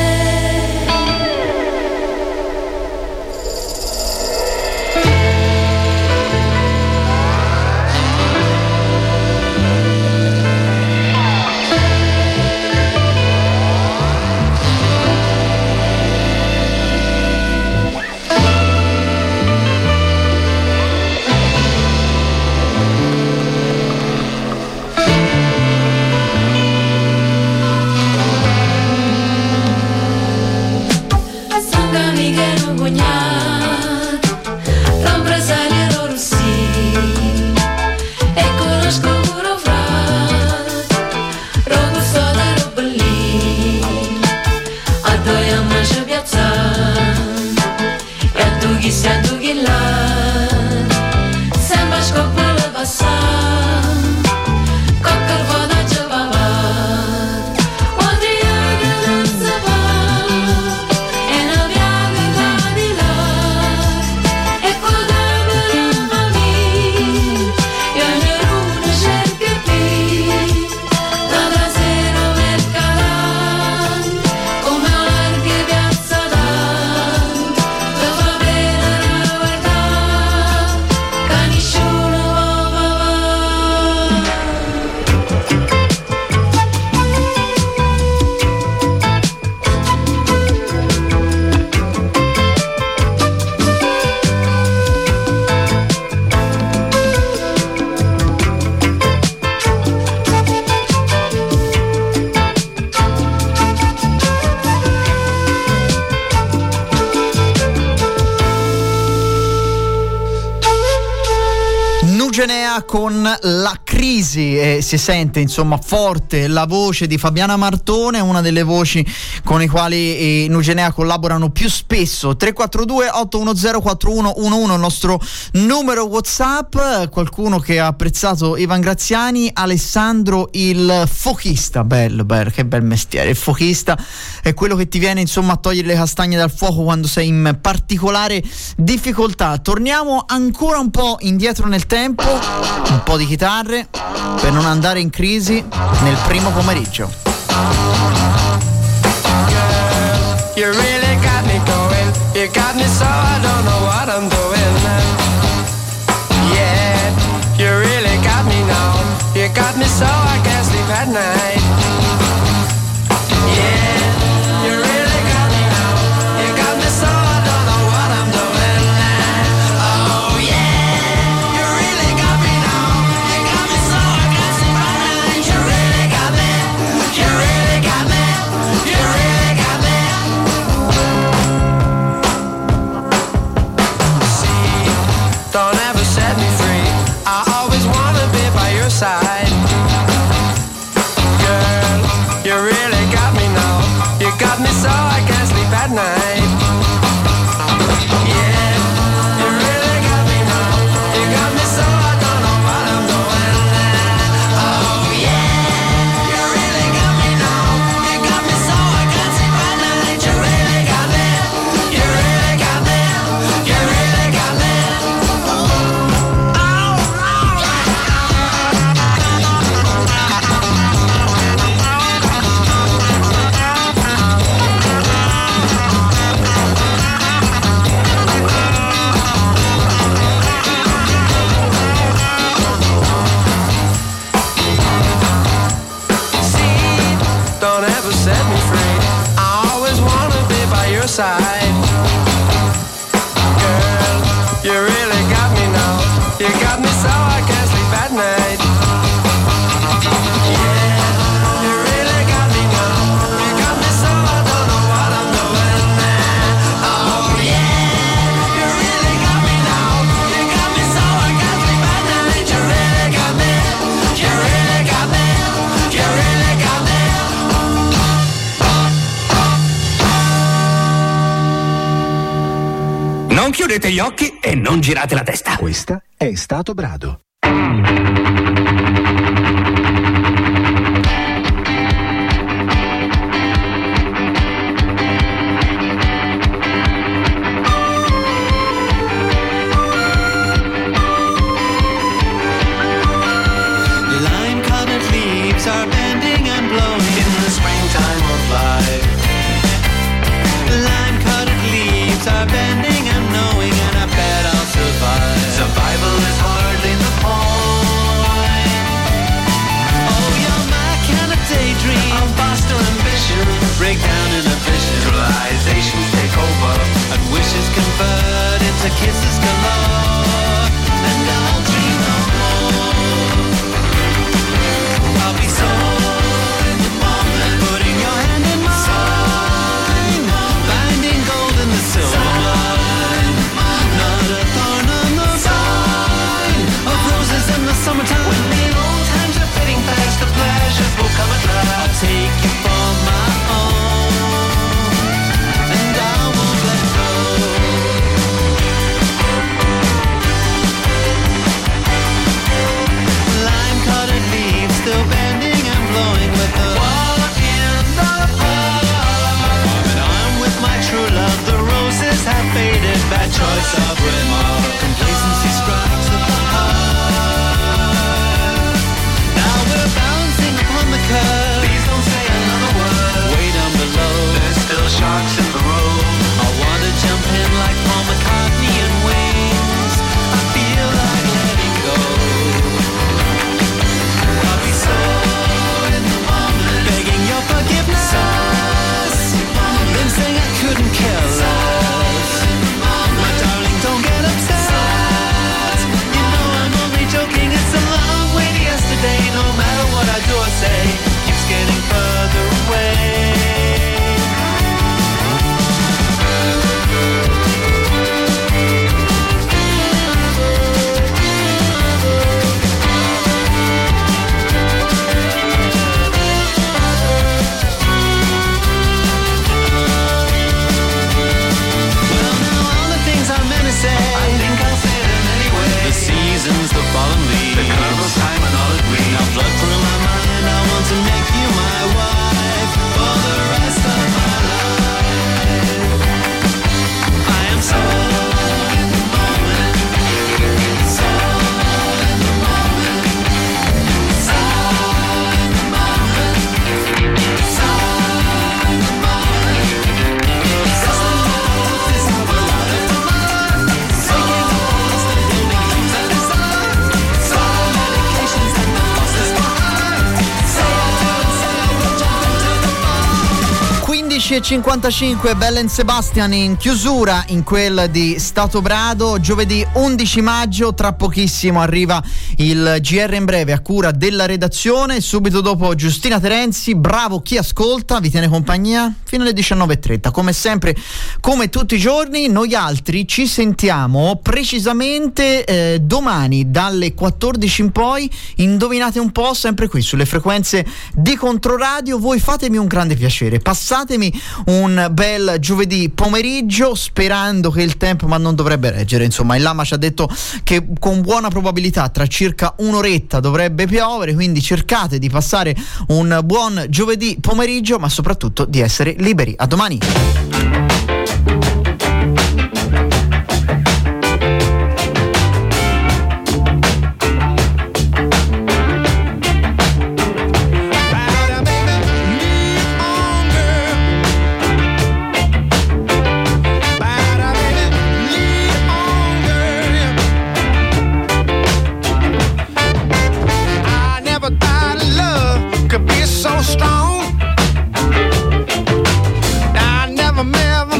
Sono amiche e un cognato, l'impresario Rossi, e conosco pure frate, lo custode lo bellino, a due a mangia piazzare, e a tu chi sia tu chi là, sembra scoppa la passare, cocca il vodaggio papà, Adriana non si fa. E la piaga va di là, e poteva la famiglia, io ne una cerca più, la sera mercatante, come larghe piazza d'Ante, lo fa bene a guardare, che nessuno può papà. Nugenea con La Crisi, e si sente insomma forte la voce di Fabiana Martone, una delle voci con i quali Nugenea collaborano più spesso. 342 810 4111 il nostro numero WhatsApp. Qualcuno che ha apprezzato Ivan Graziani, Alessandro il fochista, bello, che bel mestiere. Il fochista è quello che ti viene insomma a togliere le castagne dal fuoco quando sei in particolare difficoltà. Torniamo ancora un po' indietro nel tempo, un po' di chitarre per non andare in crisi nel primo pomeriggio. You really got me going. You got me so I don't know what I'm doing. Yeah, you really got me now. You got me so I can't sleep at night. Yeah, you really got me now. You got me so I don't know what I'm doing. Oh yeah, you really got me now. You got me so I can't sleep at night. You really got me. You really got me. You really got me. Don't ever set me free. I always wanna be by your side. Girl, you really got me now. You got me so I can't sleep at night. Yeah, you really got me now. You got me so I don't know what I'm doing. Oh yeah, you really got me now. You got me so I can't sleep at night. You really got me. You really got me. You really got me. Don't ever set me free. I always wanna be by your side. Girl, you really got me now. You got me so I can't sleep at night. Yeah, you really got me now. You got me so I don't know what I'm doing. Oh yeah, you really got me now. You got me so I can't sleep at night. You really got me. You really got me. You really got me. Non chiudete gli occhi e non girate la testa. Questa è Stato Brado. Lime-colored leaves are bending and blowing in the springtime of life. Lime-colored leaves are bending and knowing, and I bet I'll survive. Survival is hardly the point. Oh, you're my kind of daydream, of vast ambition. Break down inhibition, realizations take over, and wishes convert into kisses galore. And I'll dream no more. I'll be so in the moment, putting your hand in mine, finding gold in the silver. Not a thorn on the vine of roses in the summertime. When the old times are fading fast, the pleasures will come at last. I'll take you for my own, and I won't let go. Lime-colored leaves still bending and blowing with the walk in the park. Arm in arm with my true love, the roses have faded. Bad choice of remark. Complacency strikes at the heart. Now we're bouncing upon the curve. Please don't say another word. Way down below, there's still sharks in the road. I wanna jump in like Paul McCartney and Wings. I feel like letting go. I'll be so in the moment, begging your forgiveness. Been saying I couldn't care less. My darling, don't get upset. You know I'm only joking. It's a long way to yesterday. No matter what I do or say, keeps getting further away. Well, now all the things I'm gonna say, I think I'll say them anyway. The seasons, the fallen leaves, the curve of time and all agree. Now flood through my mind, I want to make you my wife for the rest of my life. I am so in the moment, so in the moment, so in the moment, so in the moment, so this is a lot of fun. So lost and building dreams and desire. So medications and the losses behind. Say I do and say I will jump into the fire. 15:55, Belle and Sebastian in chiusura in quel di Stato Brado. Giovedì 11 maggio, tra pochissimo arriva il GR in breve a cura della redazione. Subito dopo Giustina Terenzi. Bravo chi ascolta, vi tiene compagnia fino alle 19:30. Come sempre, come tutti i giorni, noi altri ci sentiamo precisamente domani dalle 14 in poi. Indovinate un po', sempre qui sulle frequenze di Controradio. Voi fatemi un grande piacere, passatemi un bel giovedì pomeriggio, sperando che il tempo, ma non dovrebbe reggere, insomma il Lama ci ha detto che con buona probabilità tra circa un'oretta dovrebbe piovere, quindi cercate di passare un buon giovedì pomeriggio, ma soprattutto di essere liberi. A domani. I never thought love could be so strong. I never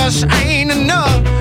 just ain't enough.